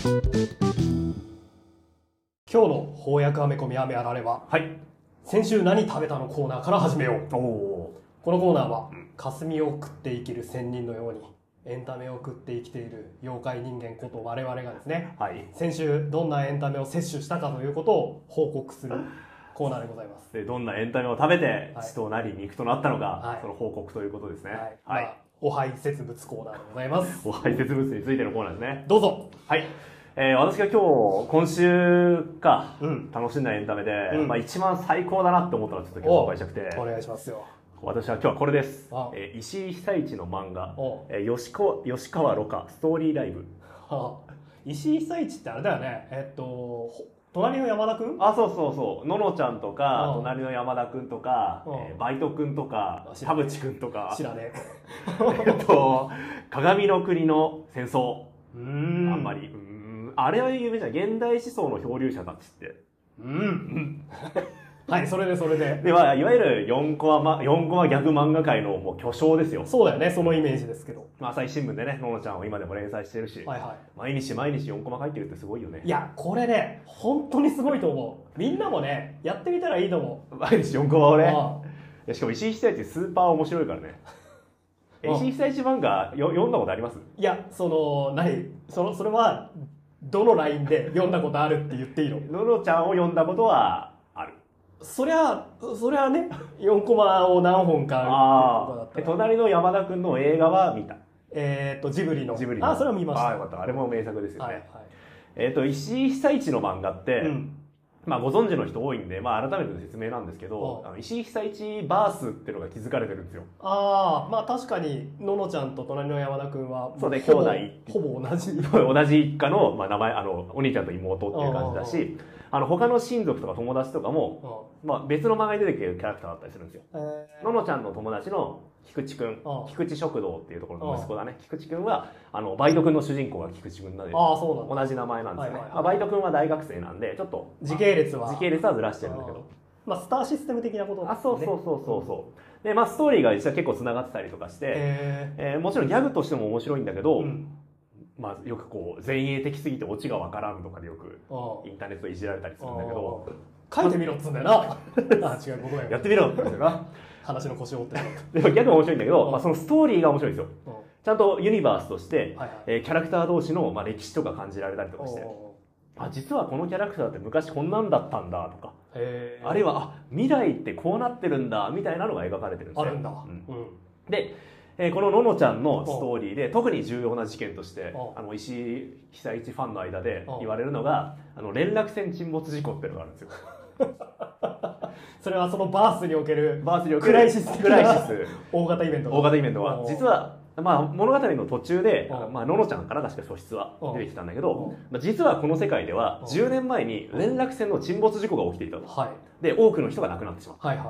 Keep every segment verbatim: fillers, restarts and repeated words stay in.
今日の翻訳アメコミアメあられは、はい、先週何食べたのコーナーから始めよう。おこのコーナーは、うん、霞を食って生きる仙人のようにエンタメを食って生きている妖怪人間こと我々がですね、はい、先週どんなエンタメを摂取したかということを報告するコーナーでございます。 でどんなエンタメを食べて血となり肉となったのか、はい、その報告ということですね。はい、はいまあ、お排泄物コーナーでございます。 お排泄物についてのコーナーですね。 どうぞ。 はい。えー、私が今日今週か、うん、楽しんだエンタメで、うん、まあ一番最高だなって思ったのをちょっと今日紹介したくて、 お願いしますよ。 私は今日はこれです。えー、石井久一の漫画、えー、吉川吉川ろ過ストーリーライブ。 はあ、石井久一ってあれだよね。えっと隣の山田くん？ あ、そうそうそう。ののちゃんとか、隣の山田くんとか、えー、バイトくんとか、田淵くんとか。 知らねえ。えっと鏡の国の戦争。うーん。あんまり。あれは有名じゃん。現代思想の漂流者たちって。 うん。はい、それでそれで。 では、いわゆるよんコマ、よんコマギャグ漫画界のもう巨匠ですよ。 そうだよね、そのイメージですけど。 朝日新聞でね、ののちゃんを今でも連載してるし、はいはい、毎日毎日よんコマ書いてるってすごいよね。 いや、これね、本当にすごいと思う。みんなもね、やってみたらいいと思う。毎日よんコマをね。ああしかも石井久一スーパー面白いからね。石井久一漫画よ読んだことあります？ いや、その、何その、それは、どのラインで読んだことあるって言っていいの？ ののちゃんを読んだことはある。 そりゃ、そりゃね、よんコマを何本かあるってことだったら。隣の山田くんの映画は見た。 えっと、ジブリの。 ジブリの。 あ、それは見ました。 あ、よかった。あれも名作ですよね。はいはい、えっと、石井久一の漫画って、うん、まあご存知の人多いんで、まあ改めて説明なんですけど、あの石井久一バースっていうのが築かれてるんですよ。 ああ、まあ確かに、ののちゃんと隣の山田くんは、 そうで、兄弟。 ほぼ同じ。 同じ一家の、まあ名前、あの、お兄ちゃんと妹っていう感じだし、あの、他の親族とか友達とかも、まあ別の漫画に出てくるキャラクターだったりするんですよ。ののちゃんの友達の菊池くん、菊池食堂っていうところの息子だね。菊池くんは、あの、バイトくんの主人公が菊池くんなんで、ああ、そうなんだ。同じ名前なんですね。バイトくんは大学生なんで、ちょっと、 時系列は。 時系列はずらしてるんだけど。 まあ、スターシステム的なことですね。 あ、そうそうそうそうそう。で、まあ、ストーリーが実は結構繋がってたりとかして、えー、もちろんギャグとしても面白いんだけど、うん、まあ、よくこう、前衛的すぎてオチがわからんとかでよく、インターネットでいじられたりするんだけど、 書いてみろっつうんだよな。あ、違う、ごめん。 やってみろって言うんだよな。 話の腰を折って。 でもギャグは面白いんだけど、まあ、そのストーリーが面白いんですよ。ちゃんとユニバースとして、はいはい、えー、キャラクター同士の、まあ、歴史とか感じられたりとかして、あ、実はこのキャラクターって昔こんなんだったんだとか、あるいは、あ、未来ってこうなってるんだみたいなのが描かれてるんですね。 あるんだ。うん、 で、えー、このののちゃんのストーリーで特に重要な事件として、あの石井久一ファンの間で言われるのが、あの連絡船沈没事故っていうのがあるんですよ。 それはそのバースにおけるバースにおけるクライシスクライシス大型イベント大型イベントは実は、まあ、物語の途中で、まあののちゃんから確か初出は出てきたんだけど、まあ、実はこの世界ではじゅうねんまえに連絡船の沈没事故が起きていたと、はい、で多くの人が亡くなってしまった、はいはい、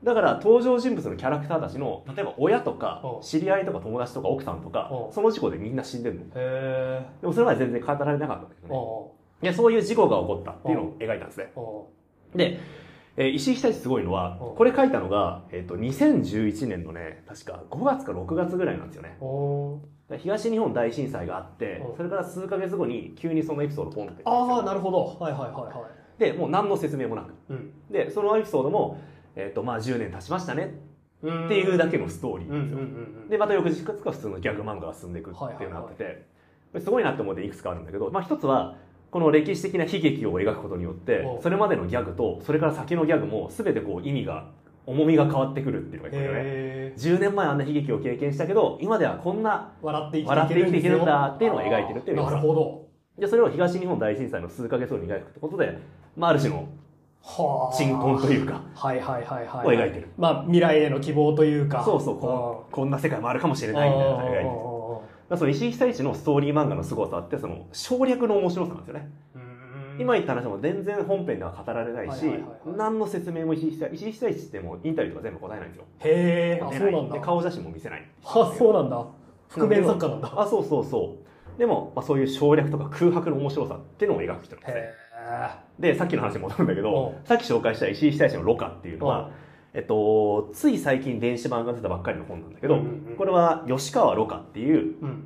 だから登場人物のキャラクターたちの例えば親とか知り合いとか友達とか奥さんとかその事故でみんな死んでるの。へでもそれまで全然語られなかったんだけどね。いやそういう事故が起こったっていうのを描いたんですね。でえー、石井久一すごいのは、これ書いたのが、えっと、にせんじゅういちねんのね、確かごがつかろくがつぐらいなんですよね。東日本大震災があって、それから数ヶ月後に急にそのエピソードポンって。 ああ、なるほど。はいはいはいはい。 で、もう何の説明もなく。うん、で、そのエピソードも、えっと、まあじゅうねん経ちましたね。っていうだけのストーリーなんですよ。で、また翌日か普通のギャグ漫画が進んでいくっていうのがあってて、すごいなって思っていくつかあるんだけど、まあ一つは、この歴史的な悲劇を描くことによって、それまでのギャグと、それから先のギャグも全てこう意味が、重みが変わってくるっていうのが一個ね。じゅうねんまえあんな悲劇を経験したけど、今ではこんな笑って生きていけるんだっていうのを描いてるっていうのが。 なるほど。 で、それを東日本大震災の数ヶ月後に描くってことで、まあある種の、鎮魂というか、 はいはいはいはい。 を描いてる。 まあ未来への希望というか。 そうそう、ここんな世界もあるかもしれないみたいなのを描いてる。その石井久一のストーリー漫画の凄さって、その省略の面白さなんですよね。今言った話も全然本編では語られないし、何の説明も石井久一、石井久一ってもうインタビューとか全部答えないんですよ。 へー、あ、そうなんだ。 で、顔写真も見せない。 あ、そうなんだ。覆面作家なんだ。 あ、そうそうそう。でも、まあ、そういう省略とか空白の面白さっていうのを描く人なんですね。で、さっきの話に戻るんだけど、さっき紹介した石井久一のろ過っていうのは、えっと、つい最近電子版が出たばっかりの本なんだけど、これは吉川ろ過っていう、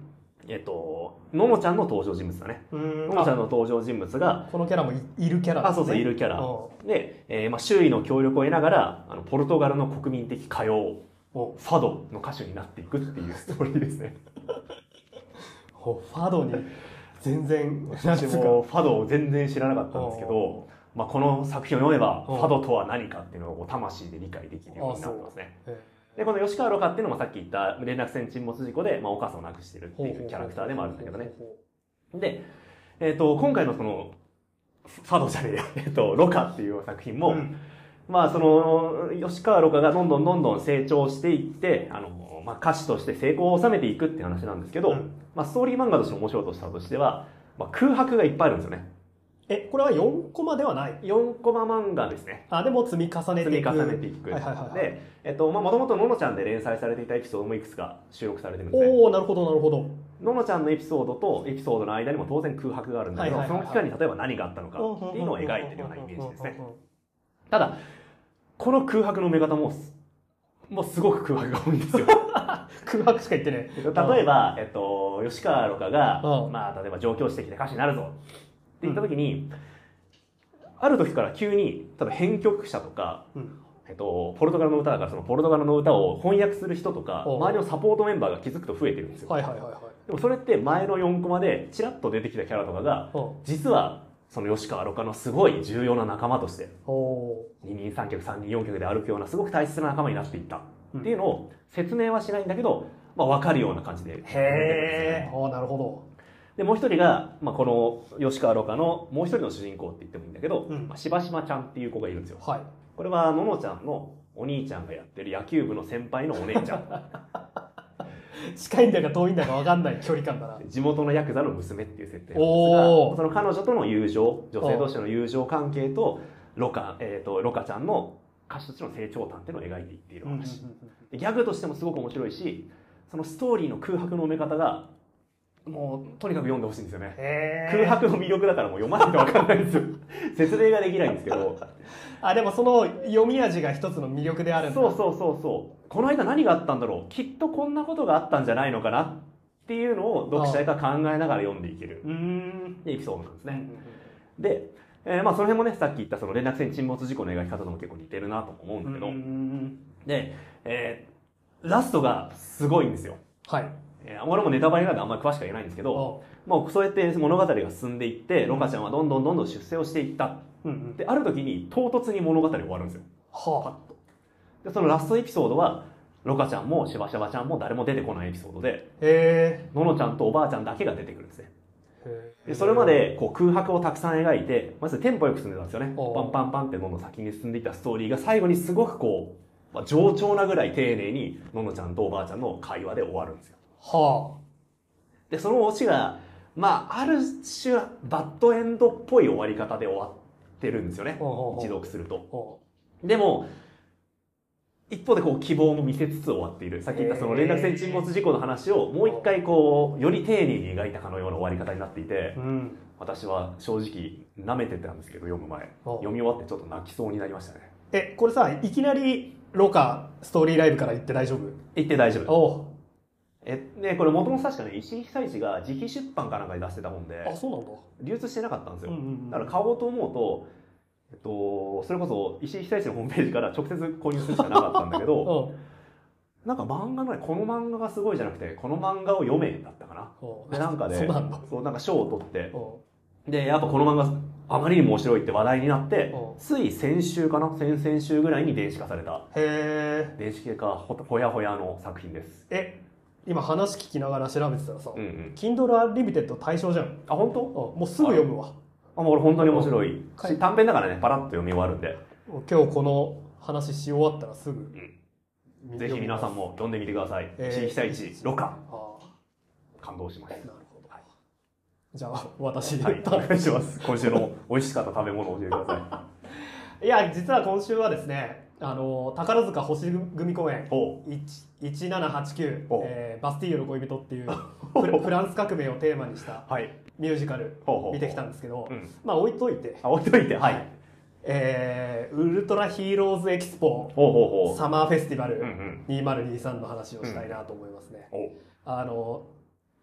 えっと、ののちゃんの登場人物だね。ののちゃんの登場人物が、 このキャラも い, いるキャラですね。 あ、そうそう、いるキャラ。で、えーまあ、周囲の協力を得ながら、あのポルトガルの国民的歌謡、ファドの歌手になっていくっていうストーリーですね。 ファドに全然、 私もファドを全然知らなかったんですけど、まあ、この作品を読めば、ファドとは何かっていうのを魂で理解できるようになってますね。で、この吉川ロカっていうのもさっき言った連絡船沈没事故で、まあ、お母さんを亡くしてるっていうキャラクターでもあるんだけどね。で、えっと、今回のその、ファドじゃねえや、えっと、ロカっていう作品も、うん、まあ、その、吉川ロカがどんどんどんどん成長していって、あの、まあ、歌手として成功を収めていくっていう話なんですけど、うん、まあ、ストーリー漫画として面白いとしたとしては、まあ、空白がいっぱいあるんですよね。 え、これはよんコマではない ? よん コマ漫画ですね。 あ、でも積み重ねていく。 積み重ねていく。はいはいはい、はい。で、えっと、まあ、もともとののちゃんで連載されていたエピソードもいくつか収録されてるんですね。 おー、なるほどなるほど。 ののちゃんのエピソードとエピソードの間にも当然空白があるんだけど、その期間に例えば何があったのかっていうのを描いてるようなイメージですね。ただ、この空白の埋め方も、もうすごく空白が多いんですよ。 空白しか言ってね。 例えば、えっと、吉川ロカが、まあ、例えば上京してきて歌手になるぞって言った時に、ある時から急に、例えば編曲者とか、うん、えっと、ポルトガルの歌だからそのポルトガルの歌を翻訳する人とか、周りのサポートメンバーが気づくと増えてるんですよ。はいはいはいはい。でもそれって前のよんコマでチラッと出てきたキャラとかが、実はその吉川ロカのすごい重要な仲間として、二人三脚三人四脚で歩くようなすごく大切な仲間になっていったっていうのを説明はしないんだけど、まあ分かるような感じで。 へー、なるほど。 で、もう一人が、まあ、この吉川ロカのもう一人の主人公って言ってもいいんだけど、うん、まあ、しばしばちゃんっていう子がいるんですよ。はい。これはののちゃんのお兄ちゃんがやってる野球部の先輩のお姉ちゃん。 近いんだか遠いんだか分かんない距離感だな。 地元のヤクザの娘っていう設定なんですが、その彼女との友情、女性同士の友情関係と、ロカ、えっと、ロカちゃんの歌手としての成長譚っていうのを描いていっている話。ギャグとしてもすごく面白いし、そのストーリーの空白の埋め方が、もうとにかく読んでほしいんですよね。空白の魅力だからもう読まないと分かんないんですよ。説明ができないんですけど。 あ、でもその読み味が一つの魅力であるんだ。 そうそうそうそう。この間何があったんだろう。きっとこんなことがあったんじゃないのかなっていうのを読者が考えながら読んでいけるエピソードなんですね。で、えー、まあその辺もね、さっき言ったその連絡船沈没事故の描き方とも結構似てるなと思うんだけど。で、えー、ラストがすごいんですよ。はい。えー、俺もネタバレなんであんまり詳しくは言えないんですけど、もうそうやって物語が進んでいって、ロカちゃんはどんどんどんどん出世をしていった。うんうん、で、ある時に唐突に物語終わるんですよ。はあ、パッと。で、そのラストエピソードは、ロカちゃんもシバシバちゃんも誰も出てこないエピソードで、へののちゃんとおばあちゃんだけが出てくるんですね。で、それまでこう空白をたくさん描いて、まずテンポよく進んでたんですよね。パンパンパンってどんどん先に進んでいったストーリーが最後にすごくこう、まあ、冗長なぐらい丁寧にののちゃんとおばあちゃんの会話で終わるんですよ。はあ。で、そのオチが、まあ、ある種、バッドエンドっぽい終わり方で終わってるんですよね。一読すると。でも、一方でこう希望も見せつつ終わっている。さっき言ったその連絡船沈没事故の話をもう一回こう、より丁寧に描いたかのような終わり方になっていて、うん、私は正直舐めてたんですけど、読む前。読み終わってちょっと泣きそうになりましたね。 え、これさ、いきなりロカストーリーライブから行って大丈夫？ 行って大丈夫。おえ、で、これ元々確かね、石井久一が自費出版かなんかで出してた本で、 あ、そうなんだ。 流通してなかったんですよ。うんうんうん、だから買おうと思うと、えっと、それこそ石井久一のホームページから直接購入するしかなかったんだけど、うん、なんか漫画のね、この漫画がすごいじゃなくて、この漫画を読めだったかな。うん、で、なんかで、そうなんだ。そう、なんか賞を取って、うん、で、やっぱこの漫画あまりにも面白いって話題になって、うん、つい先週かな先々週ぐらいに電子化された。へー。電子系か、ほやほやの作品です。 え今話聞きながら調べてたらさ、うんうん、Kindle Unlimited 対象じゃん。 あ、本当？ もうすぐ読むわ。 あ、もう俺本当に面白い。短編だからね、パラッと読み終わるんで。 今日この話し終わったらすぐ。 うん、ぜひ皆さんも読んでみてください。石井久一、ロカ。感動します。なるほど。はい、 じゃあ、私で、 はい、お願いします。今週の美味しかった食べ物を教えてください。いや、実は今週はですね、あの宝塚星組公演いちななはちきゅう、えー、バスティーユの恋人っていうフランス革命をテーマにしたミュージカル見てきたんですけど、まあ置いといて、 あ、置いといて、はい、 えー、ウルトラヒーローズエキスポサマーフェスティバルにせんにじゅうさんの話をしたいなと思いますね。うんうん、あの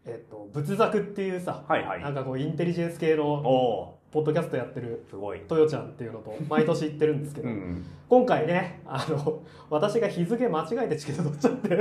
えっと、仏作っていうさ、 はいはい、 なんかこうインテリジェンス系のポッドキャストやってるトヨちゃんっていうのと毎年行ってるんですけど、うん、今回ね、あの私が日付間違えてチケット取っちゃって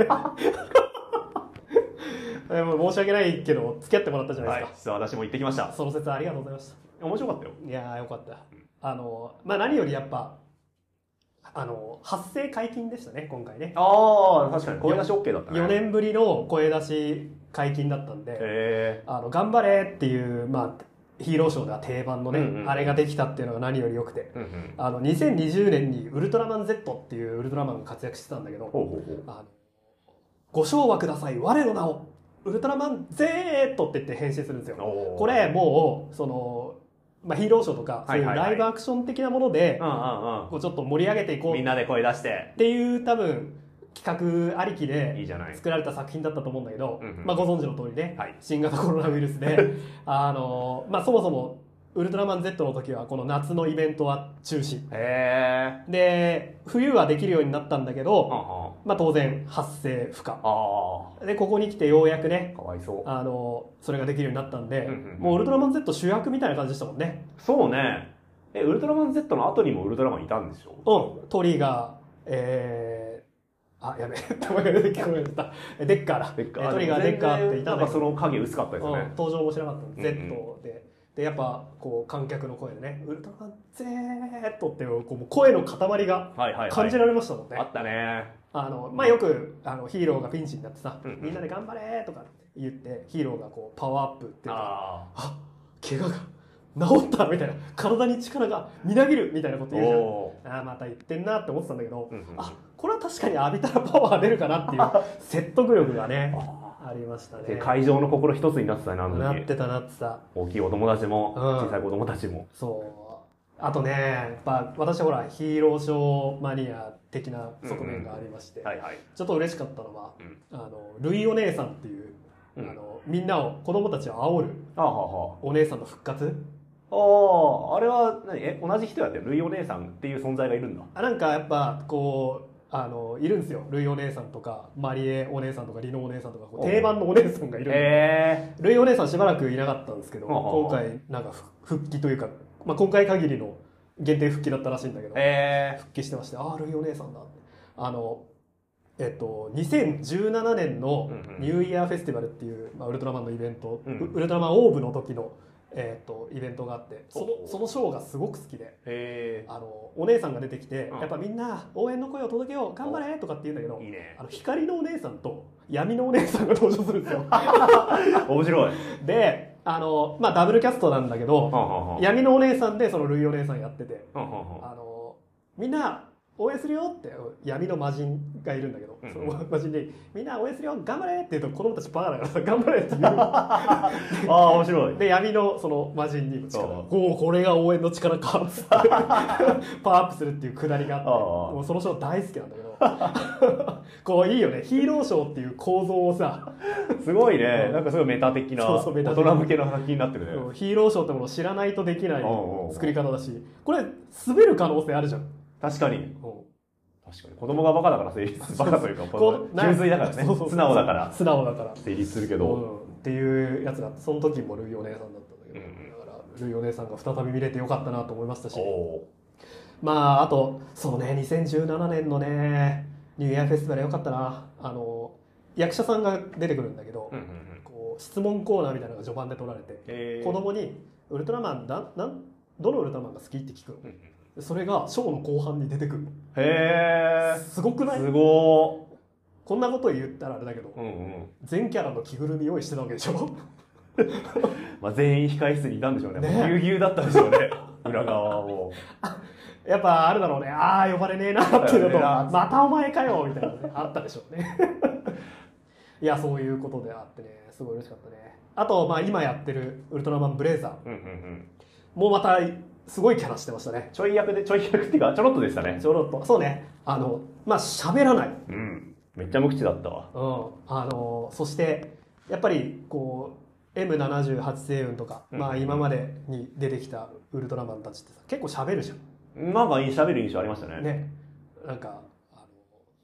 でも申し訳ないけど付き合ってもらったじゃないですか。はい、 実は私も行ってきました。 その説ありがとうございました。 面白かったよ。 いやーよかった。あのまあ何よりやっぱあの発声解禁でしたね今回ね。 ああ確かに声出し OK だったね。 よねんぶりの声出し解禁だったんで、あの頑張れっていうまあヒーローショーでは定番のね、うんうん、あれができたっていうのが何より良くて、うんうん、あのにせんにじゅうねんにウルトラマン Z っていうウルトラマンが活躍してたんだけど、ほうほうほう、あのご唱和ください我の名をウルトラマン Z って言って変身するんですよ。これもうその、まあ、ヒーローショーとかそういうライブアクション的なものでこうちょっと盛り上げていこうみんなで声出してっていう多分企画ありきで作られた作品だったと思うんだけど、まあご存知の通りね、はい、新型コロナウイルスであの、まあ、そもそもウルトラマン Z の時はこの夏のイベントは中止へで冬はできるようになったんだけど、まあ、当然発声不可でここに来てようやくねかわいそうあのそれができるようになったんで、うんうんうん、もうウルトラマン Z 主役みたいな感じでしたもんね。 そうね。えウルトラマン Z の後にもウルトラマンいたんでしょ。 うんトリガーえーあ、やべえ、名前が出てこないた。デッカーだ。 デッカー。 トリガー、デッカーっていたんだけど。 その影薄かったですね。 うん、登場もしなかったの。Z で。で、やっぱ、こう、観客の声でね、ウルトラマン Z っていう、こう声の塊が感じられましたもんね。 はいはいはい、あったね。 あの、まあ、よく、あの、ヒーローがピンチになってさ、うんうん、みんなで頑張れとかって言って、ヒーローがこう、パワーアップっていうか、あ、怪我が。治ったみたいな体に力がみなぎるみたいなこと言うじゃん。ああまた言ってんなって思ってたんだけど、うんうん、あこれは確かに浴びたらパワー出るかなっていう説得力がねありましたね。 会場の心一つになってたねあの時。 なってたなってた。 大きいお友達も、うん、小さい子供たちも。 そうあとねやっぱ私はほらヒーローショーマニア的な側面がありまして、ちょっと嬉しかったのは、うん、あのルイお姉さんっていう、うん、あのみんなを子供たちを煽るお姉さんの復活。 ああ、あれは何え同じ人やってるルイお姉さんっていう存在がいるんだ。 あなんかやっぱこうあのいるんですよ。ルイお姉さんとかマリエお姉さんとかリノお姉さんとか定番のお姉さんがいるんで、ルイお姉さんしばらくいなかったんですけど今回なんか復帰というか、まあ、今回限りの限定復帰だったらしいんだけど復帰してまして、ああルイお姉さんだってあのえっと、にせんじゅうななねんのニューイヤーフェスティバルっていう、まあ、ウルトラマンのイベント、うん、ウルトラマンオーブの時のえー、とイベントがあってそのそのショーがすごく好きでへあのお姉さんが出てきて、うん、やっぱみんな応援の声を届けよう頑張れとかって言うんだけどいい、ね、あの光のお姉さんと闇のお姉さんが登場するんですよ面白いであの、まあ、ダブルキャストなんだけど、はんはんはん闇のお姉さんでそのルイお姉さんやってて、はんはんはんあのみんな応援するよって闇の魔人がいるんだけど、うん、その魔人にみんな応援するよ頑張れって言うと子供たちバカだからさ頑張れって言うああ面白いで闇のその魔人にも力おおこれが応援の力かっつってパワーアップするっていうくだりがあってもうそのショー大好きなんだけどこういいよねヒーローショーっていう構造をさすごいねなんかすごいメタ的な大人向けの作品になってるね。 ヒーローショーってものを知らないとできない作り方だしこれ滑る可能性あるじゃん。 確かに確かに子供がバカだから成立バカというか純粋だからね素直だから素直だから成立するけど、 うん、っていうやつがその時もルイお姉さんだったんだけど、うん、だからルイお姉さんが再び見れてよかったなと思いましたしまああとそうねにせんじゅうななねんのねニューイヤーフェスティバルよかったなあの役者さんが出てくるんだけど、うんうんうん、こう質問コーナーみたいなのが序盤で取られて子供にウルトラマンだなんどのウルトラマンが好きって聞くの、うんうんそれがショーの後半に出てくる。 へーすごくない？ すごーこんなこと言ったらあれだけど、うんうん、全キャラの着ぐるみ用意してたわけでしょまあ全員控室にいたんでしょうね。ぎゅうぎゅうだったでしょうね裏側をやっぱあるだろうねああ呼ばれねえなっていうのとまたお前かよみたいなねあったでしょうねいやそういうことであってねすごい嬉しかったね。あとまあ今やってるウルトラマンブレイザー、うんうんうん、もうまたすごいキャラしてましたね。 ちょい役でちょい役っていうかちょろっとでしたね。 ちょろっとそうねあのまあ喋らない、 うん、めっちゃ無口だったわ、 うん、あのそしてやっぱりこう エムななじゅうはち 星雲とか、うん、まあ今までに出てきたウルトラマンたちってさ結構喋るじゃん。 なんか喋る印象ありましたね。 ねなんかあの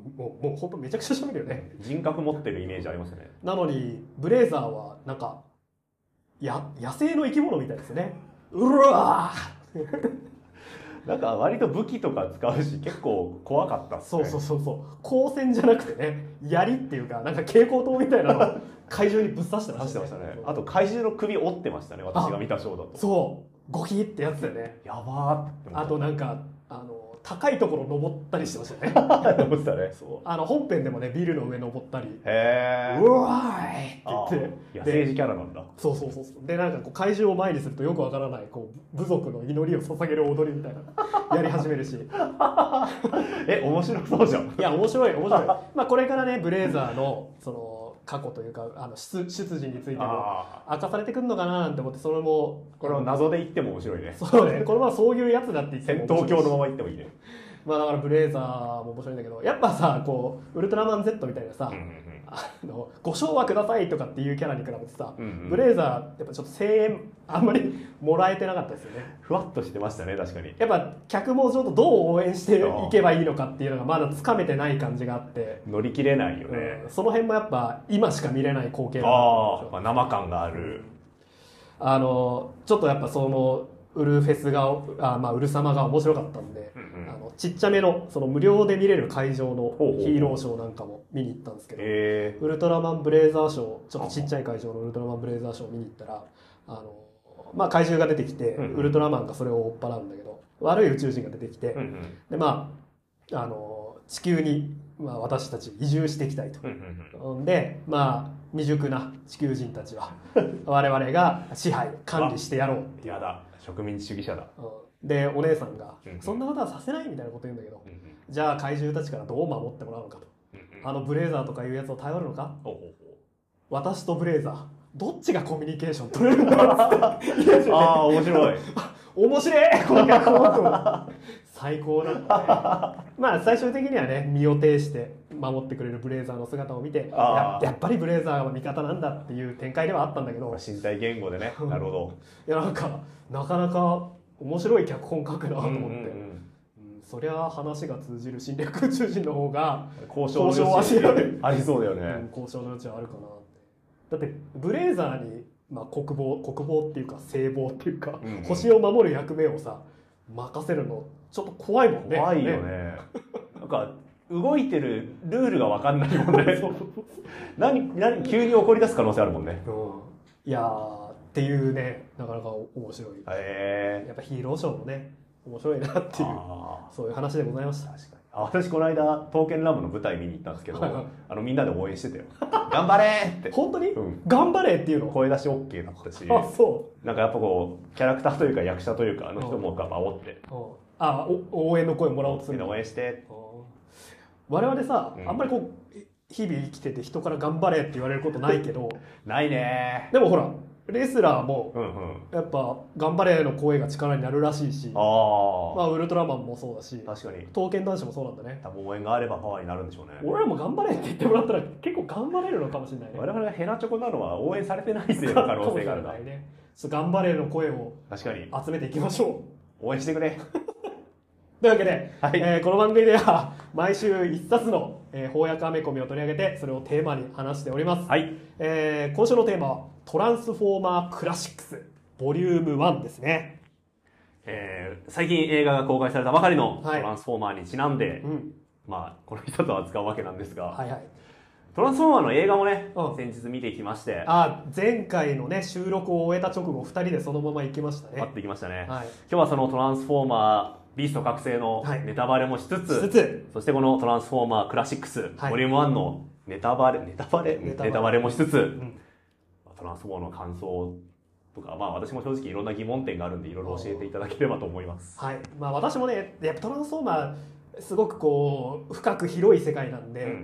もうもう本当めちゃくちゃ喋るよね。 人格持ってるイメージありますよね。 なのにブレイザーはなんかや野生の生き物みたいですね。うわーなんか割と武器とか使うし結構怖かったっすね。 そうそうそうそう。光線じゃなくてね、槍っていうかなんか蛍光灯みたいなのを怪獣にぶっ刺してましたね。 刺してましたね。あと怪獣の首折ってましたね。私が見たショーだと。 そうゴキってやつだよね。 やばーって。 あとなんかあの高いところ登ったりしてましたね。 登ってたね。 そうあの本編でもねビルの上登ったり。 へー。 うわーいって言って。 野生児キャラなんだ。 そうそうそうそう。でなんかこう怪獣を前にするとよくわからないこう部族の祈りを捧げる踊りみたいなやり始めるし。 え面白そうじゃん。 いや面白い面白い。まあこれからねブレイザーのその過去というかあの出出自についても明かされてくるのかななんて思って、それもこれを謎で言っても面白いね。 そうね。これはそういうやつだって言っても戦闘狂のまま言ってもいいね。 まあだからブレイザーも面白いんだけど、やっぱさこうウルトラマン Z みたいなさ、うんうんうん、あのご賞はくださいとかっていうキャラに比べてさ、うんうん、ブレイザーやっぱちょっと声援あんまりもらえてなかったですよね。 ふわっとしてましたね。確かにやっぱ客もちょっとどう応援していけばいいのかっていうのがまだつかめてない感じがあって乗り切れないよね、 うん、その辺もやっぱ今しか見れない光景だなと。ああ生感がある。 あのちょっとやっぱそのウルフェスがあ、まあ、ウル様が面白かったんで、うんうん、あのちっちゃめのその無料で見れる会場のヒーローショーなんかも見に行ったんですけど、えー、ウルトラマンブレイザーショーちょっとちっちゃい会場のウルトラマンブレイザーショーを見に行ったらあの、まあ、怪獣が出てきて、うんうん、ウルトラマンがそれを追っ払うんだけど悪い宇宙人が出てきて、うんうん、でまああの地球に、まあ、私たち移住していきたいと、うんうん、でまあ未熟な地球人たちは我々が支配管理してやろうっていう。 やだ植民地主義者だ、 うん、でお姉さんが、うん、そんなことはさせないみたいなこと言うんだけど、うん、じゃあ怪獣たちからどう守ってもらうのかと、うん、あのブレイザーとかいうやつを頼るのか、うん、私とブレイザーどっちがコミュニケーション取れるんだってああ面白い面白いこの逆と最高だったねまあ最終的にはね身を挺して守ってくれるブレイザーの姿を見て や, やっぱりブレイザーは味方なんだっていう展開ではあったんだけど、 身体言語でねなるほどいやなんかなかなか面白い脚本書くなと思って、うんうんうんうん、そりゃ話が通じる侵略宇宙人の方が交渉の余地ありそうだよね、うん、 交渉の余地はあるかなって。だってブレイザーに、まあ、国防国防っていうか聖望っていうか、うんうん、星を守る役目をさ任せるのちょっと怖いもんね。 怖いよねなんか動いてるルールが分かんないもんね何何急に起こり出す可能性あるもんね、うん、 いやーっていうねなかなか面白い、 へーやっぱヒーローショーもね面白いなっていうそういう話でございました。 確かにあ私この間刀剣乱舞の舞台見に行ったんですけどあのみんなで応援してたよ頑張れーって本当に、 うん、 頑張れっていうの声出し OK だったしあそうなんかやっぱこうキャラクターというか役者というかあの人も煽ってあ応援の声もらおうとする応援して我々さ、うん、あんまりこう日々生きてて人から頑張れって言われることないけどないねでもほらレスラーもやっぱ頑張れの声が力になるらしいし、あまあウルトラマンもそうだし、 確かに刀剣男子もそうなんだね。 多分応援があればパワーになるんでしょうね。 俺らも頑張れって言ってもらったら結構頑張れるのかもしれないね。 我々がヘナチョコなのは応援されてないせいの可能性があるな。 ね、頑張れの声を確かに集めていきましょう。応援してくれ。 というわけで、はいえー、この番組では毎週一冊の、えー、翻訳アメコミを取り上げてそれをテーマに話しております、 はいえー、今週のテーマはトランスフォーマークラシックスボリュームワンですね、 えー、最近映画が公開されたばかりのトランスフォーマーにちなんで、はいうん、まあこの一つを扱うわけなんですが、はいはい、トランスフォーマーの映画もね、うん、先日見てきましてあ前回のね収録を終えた直後ふたりでそのまま行きましたね待ってきましたね、はい、今日はそのトランスフォーマービースト覚醒のネタバレもしつつ、はい、しつつそしてこのトランスフォーマークラシックス、はい、ボリュームワンのネタバレネタバレネタバレ, ネタバレもしつつ、うん、トランスフォーマーの感想とか、まあ私も正直いろんな疑問点があるんでいろいろ教えていただければと思います。 はい、まあ私もねやっぱトランスフォーマーすごくこう深く広い世界なんで、うんうんうん、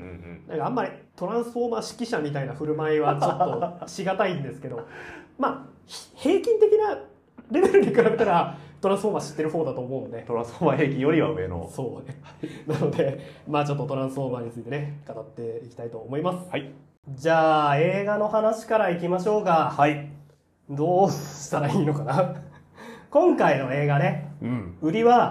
なんかあんまりトランスフォーマー指揮者みたいな振る舞いはちょっとしがたいんですけどまあ平均的なレベルに比べたらトランスフォーマー知ってる方だと思うのでトランスフォーマー平均よりは上のそうねなのでまあちょっとトランスフォーマーについてね語っていきたいと思います、はい、じゃあ映画の話からいきましょうか。はいどうしたらいいのかな今回の映画ね、うん、売りは、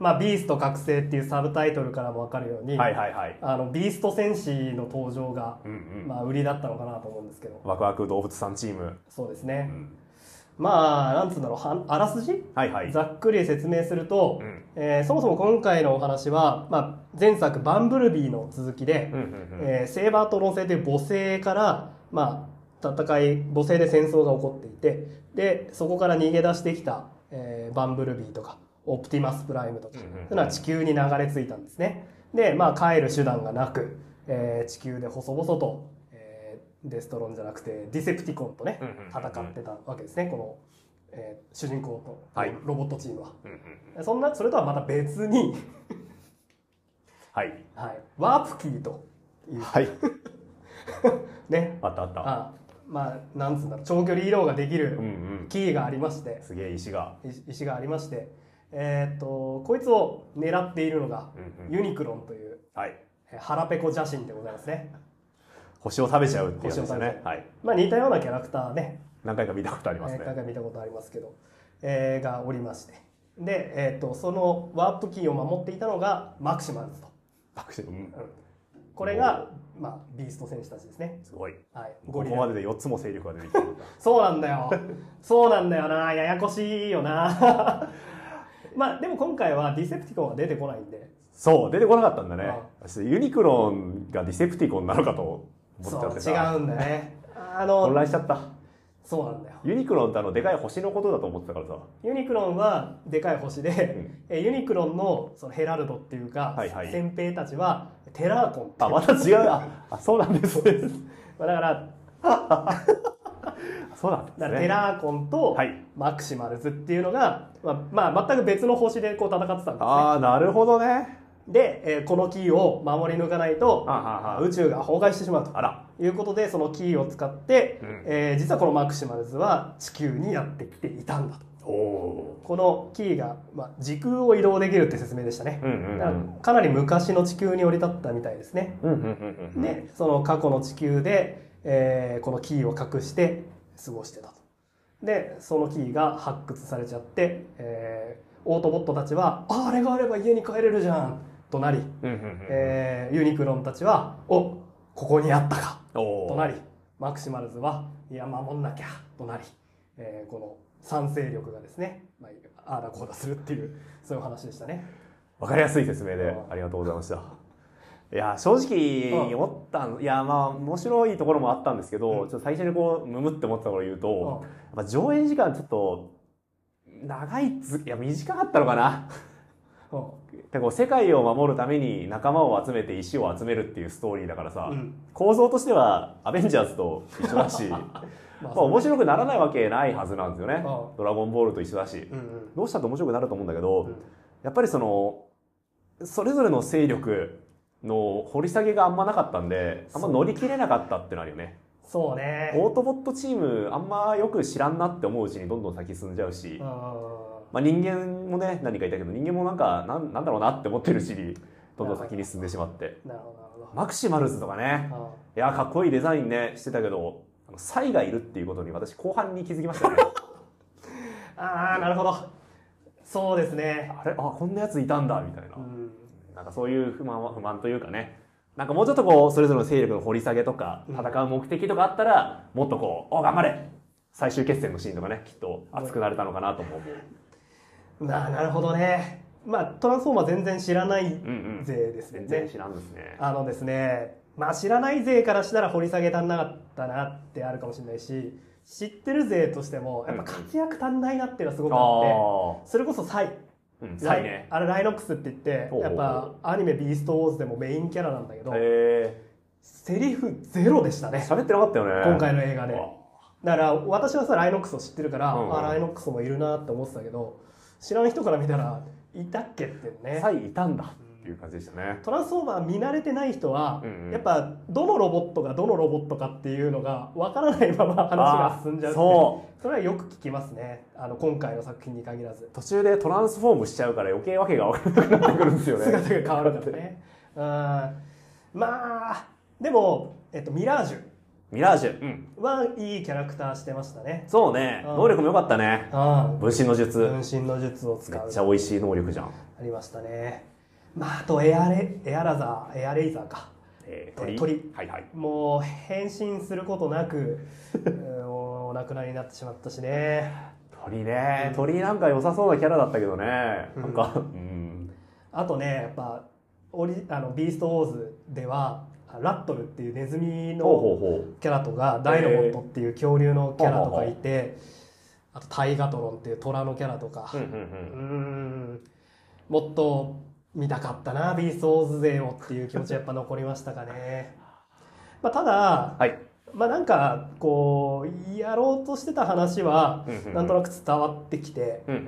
まあ、ビースト覚醒っていうサブタイトルからも分かるように、 はいはいはい、 あのビースト戦士の登場が、うんうん、まあ、売りだったのかなと思うんですけど。 ワクワク動物さんチーム。 そうですね。うん、まあ、なんつうんだろう、あらすじ、はいはい、ざっくり説明すると、うん、えー、そもそも今回のお話は、まあ、前作バンブルビーの続きで、うんうんうん、えー、セーバートロン星という母星から、まあ、戦い、母星で戦争が起こっていて、で、そこから逃げ出してきた、えー、バンブルビーとか、オプティマスプライムとか、そういうのは地球に流れ着いたんですね。で、まあ、帰る手段がなく、えー、地球で細々と、デストロンじゃなくてディセプティコンとね戦ってたわけですね、この、えー、主人公とロボットチームは、はい、そんなそれとはまた別にはい、はい、ワープキーという、はいね、 あったあったあまあなんつうんだろう、長距離移動ができるキーがありまして、うんうん、 すげえ石が石がありまして、えー、っとこいつを狙っているのが、うんうん、ユニクロンという、はい、腹ペコ邪神でございますね。 星を食べちゃうっていうやつですよね。はい。 まあ似たようなキャラクターね。 何回か見たことありますね。 何回か見たことありますけど、えー、がおりまして。で、えっと、そのワープキーを守っていたのがマクシマルズと。 マクシマルズ。うん。 これが、まあ、ビースト戦士たちですね。 すごい。はい。ここまででよっつも勢力が出てきた。 そうなんだよ。そうなんだよな。ややこしいよな。まあ、でも今回はディセプティコンは出てこないんで。 そう、出てこなかったんだね。ユニクロンがディセプティコンなのかと。 そう違うんだね。 あの混乱しちゃった。 そうなんだよ。 ユニクロンってあのでかい星のことだと思ってたからさ。 ユニクロンはでかい星で、うん、ユニクロンのそのヘラルドっていうか、はいはい、先兵たちはテラーコンっていう。 あ、また違う。あ、あそうなんですね。 だからそうなんですね。 だからテラーコンとマクシマルズっていうのが、まあ、まあ全く別の星でこう戦ってたんですね。 ああ、なるほどね。 で、えー、このキーを守り抜かないと宇宙が崩壊してしまうということで、そのキーを使って、うん、えー、実はこのマクシマルズは地球にやってきていたんだと。おこのキーが、まあ、時空を移動できるって説明でしたね。うんうんうん、だからかなり昔の地球に降り立ったみたいですね。で、その過去の地球で、えー、このキーを隠して過ごしてたと。で、そのキーが発掘されちゃって、えー、オートボットたちは、あ、あれがあれば家に帰れるじゃんとなり、えー、ユニクロンたちは、お、ここにあったかとなり、マクシマルズは、いや、守んなきゃとなり、えー、この賛成力がですね、まあ、ああだこうだするっていう、そういう話でしたね。 わかりやすい説明でありがとうございました。いや、正直思ったの、いや、まあ、面白いところもあったんですけど、うん、ちょっと最初にこう、むむって思ったところを言うと、うん、まあ、上映時間ちょっと、長いつ、いや、短かったのかな。でこう世界を守るために仲間を集めて石を集めるっていうストーリーだからさ、うん、構造としてはアベンジャーズと一緒だしまあ、まあ面白くならないわけないはずなんですよね。ドラゴンボールと一緒だし、うんうん、どうしたって面白くなると思うんだけど、うん、やっぱりそのそれぞれの勢力の掘り下げがあんまなかったんで、あんま乗り切れなかったってのあるよね。 そうね。 オートボットチームあんまよく知らんなって思ううちにどんどん先進んじゃうし、まあ、人間もね、何かいたけど人間もなんか な, なんだろうなって思ってるうちにどんどん先に進んでしまって、なるほどなるほど。マクシマルズとかね、いやかっこいいデザインねしてたけど、サイがいるっていうことに私後半に気づきましたね。 ああ、なるほど。そうですね。 あれ、あ、こんなやついたんだみたいな、うん、なんかそういう不満は不満というかね、なんかもうちょっとこうそれぞれの勢力の掘り下げとか戦う目的とかあったら、もっとこう、お頑張れ最終決戦のシーンとかね、きっと熱くなれたのかなとも思う。 な, なるほどね。まあトランスフォーマー全然知らない勢ですね。 うんうん、全然知らんですね。 あのですね、まあ知らない勢からしたら掘り下げ足んなかったなってあるかもしれないし、知ってる勢としてもやっぱ活躍足んないなっていうのはすごくあって、うん、それこそサイ、うん、サイね、あれライノックスって言ってやっぱアニメビーストウォーズでもメインキャラなんだけど、セリフゼロでしたね。 喋ってなかったよね今回の映画で。だから私はさライノックスを知ってるから、うんうん、あライノックスもいるなって思ってたけど、知らない人から見たらいたっけってね。 サイいたんだっていう感じでしたね。 トランスフォーマー見慣れてない人は、うんうん、やっぱどのロボットがどのロボットかっていうのがわからないまま話が進んじゃうって、そう、それはよく聞きますね。あの今回の作品に限らず途中でトランスフォームしちゃうから余計わけが分からなくなってくるんですよね。 姿が変わるからね。うん、まあでも、えっと、ミラージュミラージュ、 うん、はいいキャラクターしてましたね。 そうね、うん、能力も良かったね。分身の術、 分身の術を使う、 めっちゃ美味しい能力じゃん。 ありましたね。まあ、あとエアレエアラザーエアレイザーか、 えー、鳥、 鳥、 はいはい、 もう変身することなくお亡くなりになってしまったしね。 鳥ね、うん、鳥なんか良さそうなキャラだったけどね、うん、なんか、うん、 あとね、やっぱオリあのビーストウォーズではラットルっていうネズミのキャラとかダイロボットっていう恐竜のキャラとかいて、あとタイガトロンっていう虎のキャラとか、うんうんうん、うんもっと見たかったなビーストウォーズ勢をっていう気持ちやっぱ残りましたかね。まあ、ただ、はい、まあなんかこうやろうとしてた話はなんとなく伝わってきて、うんうんうん、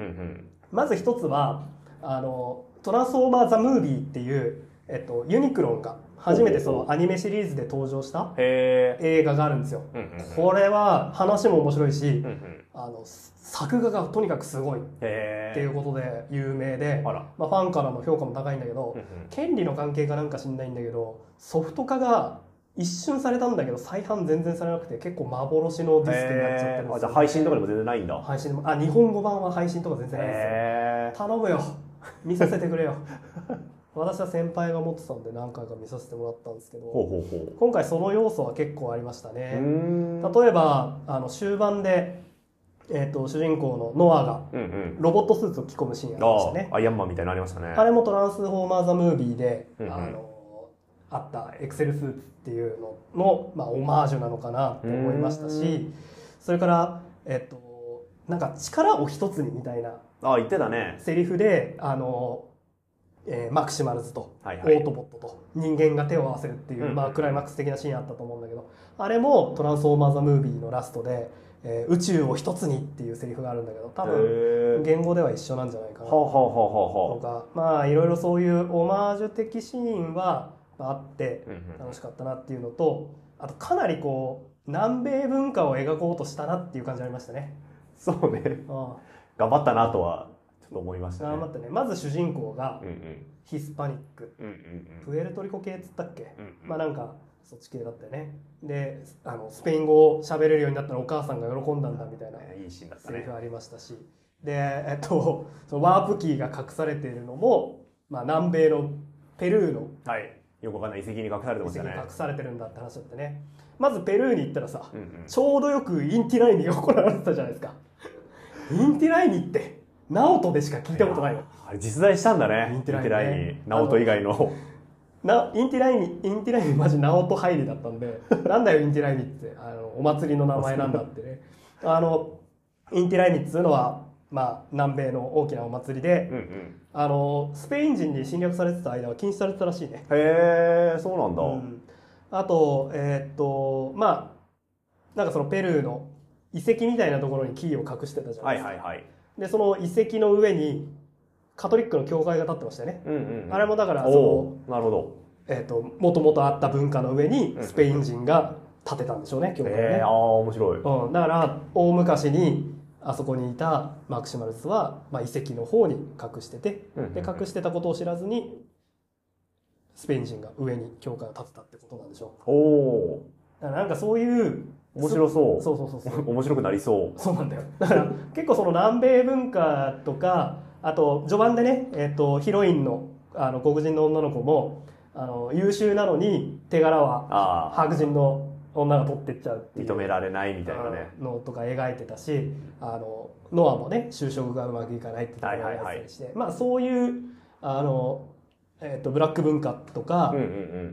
まず一つはあのトランスフォーマー・ザ・ムービーっていう、えっと、ユニクロンが初めてそのアニメシリーズで登場した映画があるんですよ。これは話も面白いし、あの作画がとにかくすごいっていうことで有名で、まあ、ファンからの評価も高いんだけど、権利の関係かなんか知んないんだけどソフト化が一瞬されたんだけど再販全然されなくて結構幻のディスクになっちゃってるんですよ。 あ、じゃあ配信とかでも全然ないんだ。 配信でも、あ、日本語版は配信とか全然ないですよ。頼むよ、見させてくれよ。私は先輩が持ってたんで何回か見させてもらったんですけど、ほうほうほう、今回その要素は結構ありましたね。例えばあの終盤で、えー、と主人公のノアがロボットスーツを着込むシーンありましたね。 うんうん、アイアンマンみたいなのありましたね。 あれもトランスフォーマー・ザ・ムービーで、うんうん、あのあったエクセルスーツっていうのの、まあ、オマージュなのかなって思いましたし、それからえっ、ー、となんか力を一つにみたいなあ言ってたねセリフであのえー、マクシマルズとオートボットと人間が手を合わせるっていう、はいはい、まあ、クライマックス的なシーンあったと思うんだけど、あれもトランスフォーマー・ザ・ムービーのラストで、えー、宇宙を一つにっていうセリフがあるんだけど、多分言語では一緒なんじゃないかなとか、まあいろいろそういうオマージュ的シーンはあって楽しかったなっていうのと、あとかなりこう南米文化を描こうとしたなっていう感じありましたね。 そうね、ああ頑張ったなとはちょっと思いましたね。 頑張ってね。まず主人公がヒスパニック、うんうんうん、プエルトリコ系っつったっけ、うんうん、まあなんかそっち系だったよね。であのスペイン語を喋れるようになったらお母さんが喜んだんだみたいなセリフありましたし、で、えっと、そのワープキーが隠されているのも、まあ、南米のペルーの、 はい、よくわかんない遺跡に隠されてましたね。 遺跡に隠されてるんだって話だってね。まずペルーに行ったらさ、うんうん、ちょうどよくインティライミが行われてたじゃないですか。インティライミってナオトでしか聞いたことないよ。 あれ実在したんだね。インティライミ、ね、ナオト以外のなインティライミインティライミマジナオト入りだったんでなんだよインティライミってあのお祭りの名前なんだってね。あのインティライミっつうのは、まあ、南米の大きなお祭りで、うんうん、あのスペイン人に侵略されてた間は禁止されてたらしいね。 へえ、そうなんだ。うん、 あとえー、っとまあなんかそのペルーの遺跡みたいなところにキーを隠してたじゃないですか。はいはいはい、でその遺跡の上にカトリックの教会が建ってましたよね。うんうんうん、あれもだからそのなるほど、 えー、ともともとあった文化の上にスペイン人が建てたんでしょうね、教会をね。 えー、ああ面白い、 うん、だから大昔にあそこにいたマクシマルスは、まあ、遺跡の方に隠してて、うんうんうん、で隠してたことを知らずにスペイン人が上に教会を建てたってことなんでしょう。おだからなんかそういう面白そう。 そうそうそうそう。 面白くなりそう。 そうなんだよ。だから結構その南米文化とか、あと序盤でね、えっとヒロインのあの黒人の女の子もあの優秀なのに手柄は白人の女が取ってっちゃうっていう認められないみたいなねのとか描いてたし、あのノアもね就職がうまくいかないってところをやったりして、はいはいはい、まあそういうあのえっとブラック文化とか、うんうんうん、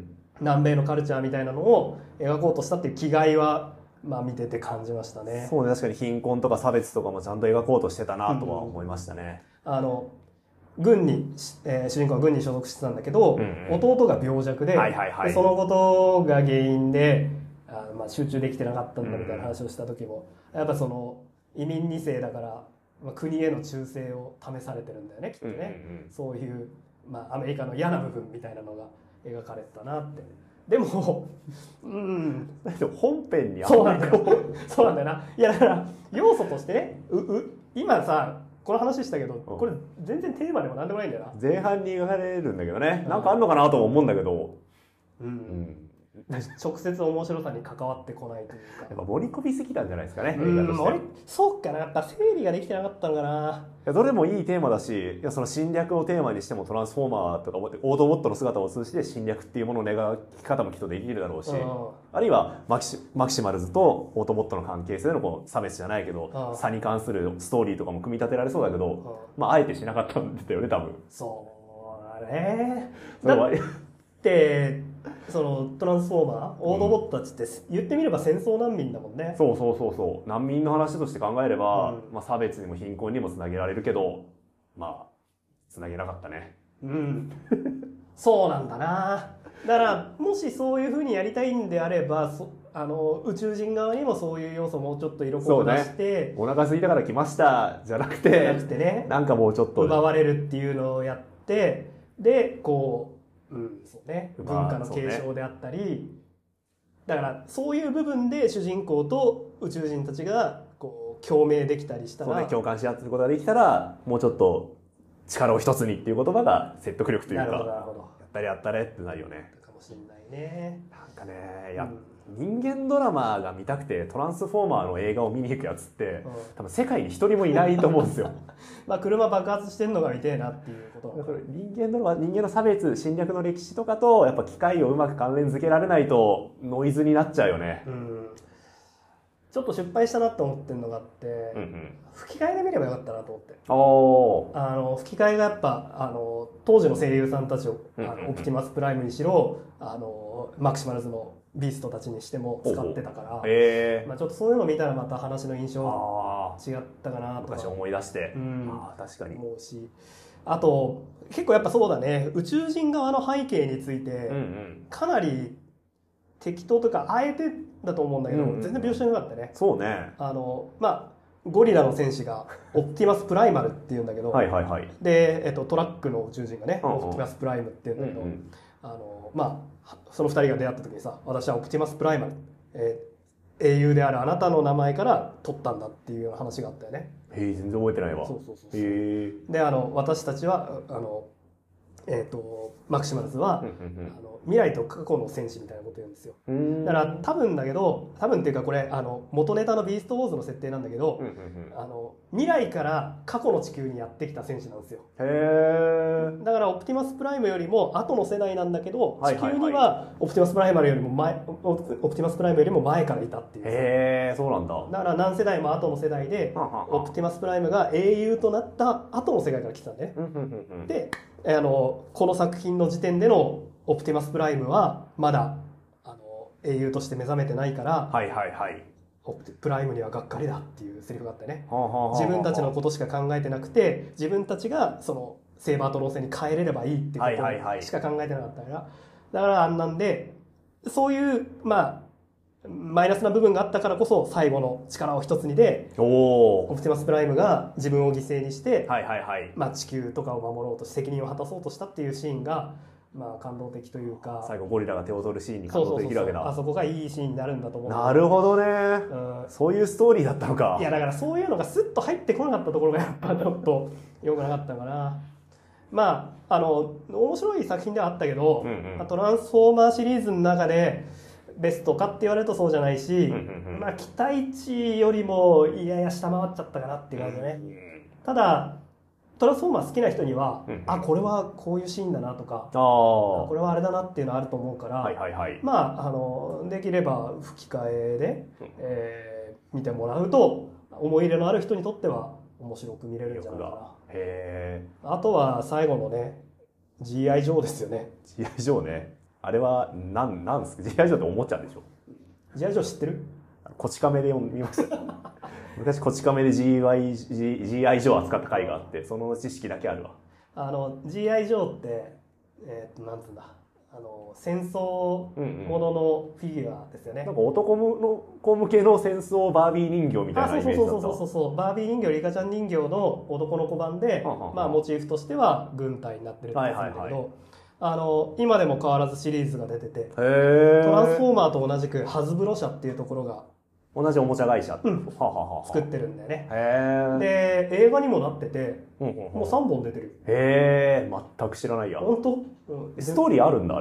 南米のカルチャーみたいなのを描こうとしたっていう気概はまあ見てて感じましたね。 そうね、確かに貧困とか差別とかもちゃんと描こうとしてたなとは思いましたね。 うん、あの軍に、えー、主人公は軍に所属してたんだけど、うんうん、弟が病弱 で,、はいはいはい、でそのことが原因であ、まあ、集中できてなかったんだみたいな話をした時も、うん、やっぱその移民に世だから、まあ、国への忠誠を試されてるんだよねきっとね、うんうんうん、そういう、まあ、アメリカの嫌な部分みたいなのが描かれてたなって。でも、うん、 本編にあんそうなんだよ。そうなんだよな。いやだから要素としてね、うう今さこの話したけど、これ全然テーマでもなんでもないんだよな。 前半に描かれるんだけどね。なんかあんのかなとも思うんだけど。うん。うん、 直接面白さに関わってこないというか、 やっぱ盛り込みすぎたんじゃないですかね。 うん、そうかな、やっぱ整理ができてなかったのかな。 いやどれもいいテーマだし、いやその侵略をテーマにしてもトランスフォーマーとかオートボットの姿を通じて侵略っていうものの描き方もきっとできるだろうし、うん、あるいはマキシ、マキシマルズとオートボットの関係性のこう差別じゃないけど、うん、差に関するストーリーとかも組み立てられそうだけど、うん、まああえてしなかったんだよね多分。 そうだね。だってそのトランスフォーマー、オードボットたちって言ってみれば戦争難民だもんね、 うん、そうそうそうそう、難民の話として考えれば、うん、まあ、差別にも貧困にもつなげられるけど、まあつなげなかったね。 うんそうなんだな。だからもしそういうふうにやりたいんであれば、そあの宇宙人側にもそういう要素をもうちょっと色濃く出して、 ね、お腹空いたから来ましたじゃなくて、 じゃなくてね、 なんかもうちょっと奪われるっていうのをやって、でこう、うん、そうね、文化の継承であったり、まあね、だからそういう部分で主人公と宇宙人たちがこう共鳴できたりしたら、 そうね、共感し合ってることができたら、もうちょっと力を一つにっていう言葉が説得力というか、 なるほどなるほど、 やったれやったれってなるよね。 かもしれないね。 なんかね、や、うん、人間ドラマが見たくてトランスフォーマーの映画を見に行くやつって、うん、多分世界に一人もいないと思うんですよ。 まあ車爆発してんのが見てえなっていうこと。 人間ドラマ、人間の差別、侵略の歴史とかとやっぱ機械をうまく関連付けられないとノイズになっちゃうよね。うん、 ちょっと失敗したなと思ってるのがあって、うんうん、吹き替えで見ればよかったなと思って。あの吹き替えがやっぱあの当時の声優さんたちを、うんうんうん、あのオプティマスプライムにしろ、あのマキシマルズのビーストたちにしても使ってたから、えーまあ、ちょっとそういうのを見たらまた話の印象違ったかなとか昔思い出して、 うん、 あ確かに思うし、あと結構やっぱそうだね、宇宙人側の背景についてかなり適当とかあえてだと思うんだけど、うんうん、全然描写しなかったね。 そうね。 あのまあゴリラの戦士がオプティマスプライマルっていうんだけど、はいはいはい、で、えっと、トラックの宇宙人がね、うんうん、オプティマスプライムっていうんだけど、うんうん、あのまあそのふたりが出会った時にさ、私はオプティマスプライマル、えー、英雄であるあなたの名前から取ったんだっていうような話があったよね。 へえ、全然覚えてないわ。 そうそうそうそう。へで、あの私たちはあのえー、とマクシマルズはあの未来と過去の戦士みたいなこと言うんですよ。だから多分だけど多分っていうかこれあの元ネタのビーストウォーズの設定なんだけど、あの未来から過去の地球にやってきた戦士なんですよ。へだからオプティマスプライムよりも後の世代なんだけど、地球にはオプティマスプライマルよりも前、オプティマスプライムよりも前からいたっていう。 へえ、そうなんだ。 だから何世代も後の世代でオプティマスプライムが英雄となった後の世界から来たんで、ね、であのこの作品の時点でのオプティマスプライムはまだあの英雄として目覚めてないから、はいはいはい、オプティプライムにはがっかりだっていうセリフがあってね、はあはあはあ、自分たちのことしか考えてなくて、自分たちがそのセーバートロー戦に帰れればいいっていうことしか考えてなかったから、はいはいはい、だからあんなんでそういうまあマイナスな部分があったからこそ最後の力を一つにでオプティマスプライムが自分を犠牲にして、はいはいはい、まあ、地球とかを守ろうとして責任を果たそうとしたっていうシーンが、まあ、感動的というか、 最後ゴリラが手を取るシーンに感動できるわけだ。 そうそうそうそう、あそこがいいシーンになるんだと思う。 なるほどね、うん、そういうストーリーだったのか。 いやだからそういうのがスッと入ってこなかったところがやっぱちょっと良くなかったかな。まああの面白い作品ではあったけど、うんうん、トランスフォーマーシリーズの中でベストかって言われるとそうじゃないし、まあ、期待値よりもいやいや下回っちゃったかなっていう感じだね。ただトランスフォーマー好きな人には、あこれはこういうシーンだなとか、あこれはあれだなっていうのあると思うから、はいはいはい、まああのできれば吹き替えで、えー、見てもらうと思い入れのある人にとっては面白く見れるんじゃないかな。へー。あとは最後のね ジーアイ ジョーですよね。 ジーアイ ジョーね。あれは何なんですか？ ジーアイ ジョーっておもちゃでしょ？ ジーアイ ジョー知ってる？ こち亀で見ました昔こち亀で ジーアイ ジーアイ ジョー扱った回があって、その知識だけあるわ。 あの ジーアイ ジョーってえー、っとなんつうんだ、あの戦争もののフィギュアですよね、うんうん、 なんか男の子向けの戦争バービー人形みたいなイメージだった。 そうそうそうそうそうバービー人形リカちゃん人形の男の子版で、はははまあ、モチーフとしては軍隊になってるってやつなんだけど、はいはいはい、あの今でも変わらずシリーズが出てて、トランスフォーマーと同じくハズブロ社っていうところが同じおもちゃ会社、うん、 ははは作ってるんだよね。へで映画にもなってて、うんうんうん、もうさんぼん出てる。 へえ、全く知らないや。 本当、 うん、ストーリーあるんだあれ。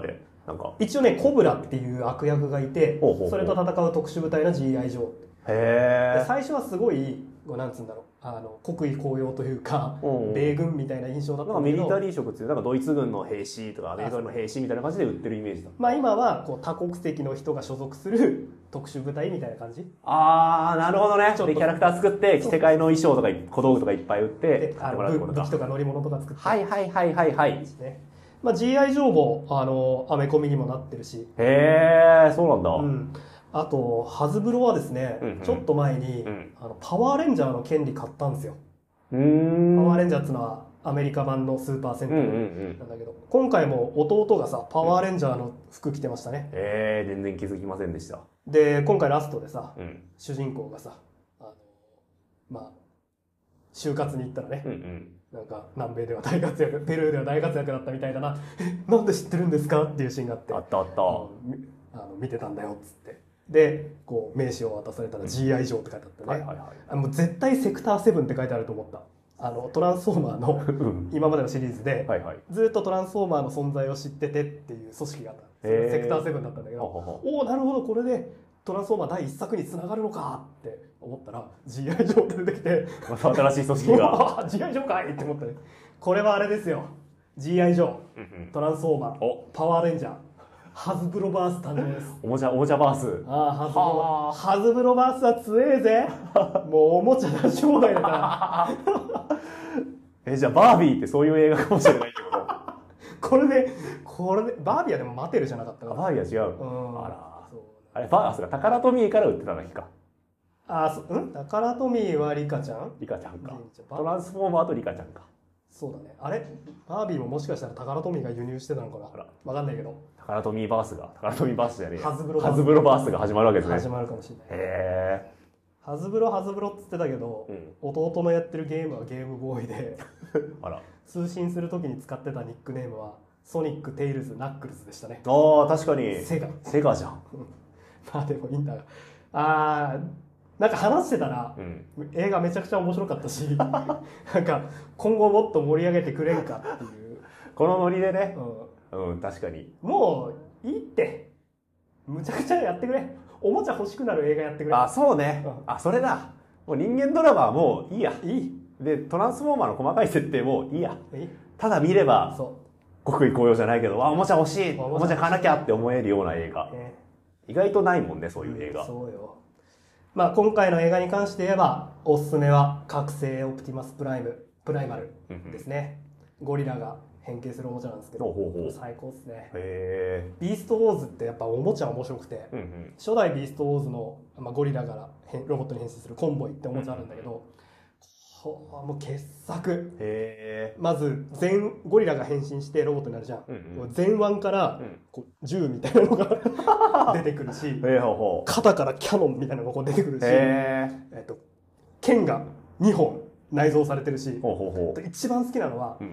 なんか一応ねコブラっていう悪役がいて、それと戦う特殊部隊の ジーアイ ジョー。 へえ。 最初はすごいなんつうんだろう、あの国威高揚というか米軍みたいな印象だったんだけど、 なんかミリタリー色っていうなんかドイツ軍の兵士とかアメリカ軍の兵士みたいな感じで売ってるイメージだ。 まあ今はこう多国籍の人が所属する特殊部隊みたいな感じ。 ああ、なるほどね。でキャラクター作って世界の衣装とか小道具とかいっぱい売って買ってもらうってことか。武器とか乗り物とか作って、 はいはいはいはいはい。 まあ ジーアイ ジョーもあのアメコミにもなってるし。 へえ、そうなんだ。 うん。あとハズブロはですね、うんうん、ちょっと前に、うん、あのパワーレンジャーの権利買ったんですよ。うーん、パワーレンジャーっていうのはアメリカ版のスーパー戦闘なんだけど、うんうんうん、今回も弟がさパワーレンジャーの服着てましたね。 ええー、全然気づきませんでした。 で今回ラストでさ、うん、主人公がさあのまあ就活に行ったらね、うんうん、なんか南米では大活躍、ペルーでは大活躍だったみたいだなえなんで知ってるんですかっていうシーンがあって、 あったあった、 あの見てたんだよっつって、でこう名刺を渡されたら ジーアイ ジョーって書いてあってね、はいはいはい、あもう絶対セクターセブンって書いてあると思った。あのトランスフォーマーの今までのシリーズではい、はい、ずっとトランスフォーマーの存在を知っててっていう組織があった。それがセクターセブンだったんだけど、おおなるほどこれでトランスフォーマーだいいっさくにつながるのかって思ったら ジーアイ ジョーって出てきてまた新しい組織がジーアイ ジョーかいって思ったね。これはあれですよ、 ジーアイ ジョー、トランスフォーマー、パワーレンジャー、ハズブロバース誕生です。 おもちゃおもちゃバース。 ああハズブロハズブロバースは強えぜもうおもちゃ出し放題だからえじゃあバービーってそういう映画かもしれないけどこれでこれでバービーはでもマテルじゃなかったから。 バービーは違う、うん、あらそうあれバースがタカラトミーから売ってただけか。 ああそうんタカラトミーはリカちゃんリカちゃんか。トランスフォーマーとリカちゃんか。 そうだね。あれバービーももしかしたらタカラトミーが輸入してたのかな。わかんないけどタカラトミーバースがタカラトミーバースじゃねえハズブロハズブロバースが始まるわけですね。 始まるかもしれない。 へえ。 ハズブロハズブロっつってたけど、うん、弟のやってるゲームはゲームボーイであら通信する時に使ってたニックネームはソニック、テイルズ、ナックルズでしたね。 ああ確かにセガセガじゃんまあでもいいんだが、あーなんか話してたら、うん、映画めちゃくちゃ面白かったしなんか今後もっと盛り上げてくれんかっていうこのノリでね、うん、うん、確かにもういいってむちゃくちゃやってくれ、おもちゃ欲しくなる映画やってくれ。 あそうね、うん、あそれだ、もう人間ドラマはもういいや、いいでトランスフォーマーの細かい設定もいいや、いいただ見ればそう国威高揚じゃないけどわおもちゃ欲しいおもちゃ買わなきゃって思えるような映画、えー、意外とないもんねそういう映画、うん、 そうよ。まあ今回の映画に関して言えばおすすめは覚醒オプティマスプライムプライマルですねゴリラが変形するおもちゃなんですけど、ほうほう最高ですね。へー。ビーストウォーズってやっぱおもちゃ面白くて、うんうん、初代ビーストウォーズの、まあ、ゴリラからロボットに変身するコンボイっておもちゃあるんだけど、うんうん、もう傑作。へー。まず全ゴリラが変身してロボットになるじゃん、うんうん、前腕からこう銃みたいなのが出てくるし肩からキャノンみたいなのがこう出てくるし、えっと、剣がにほん内蔵されてるし、ほうほうほう一番好きなのは、うん、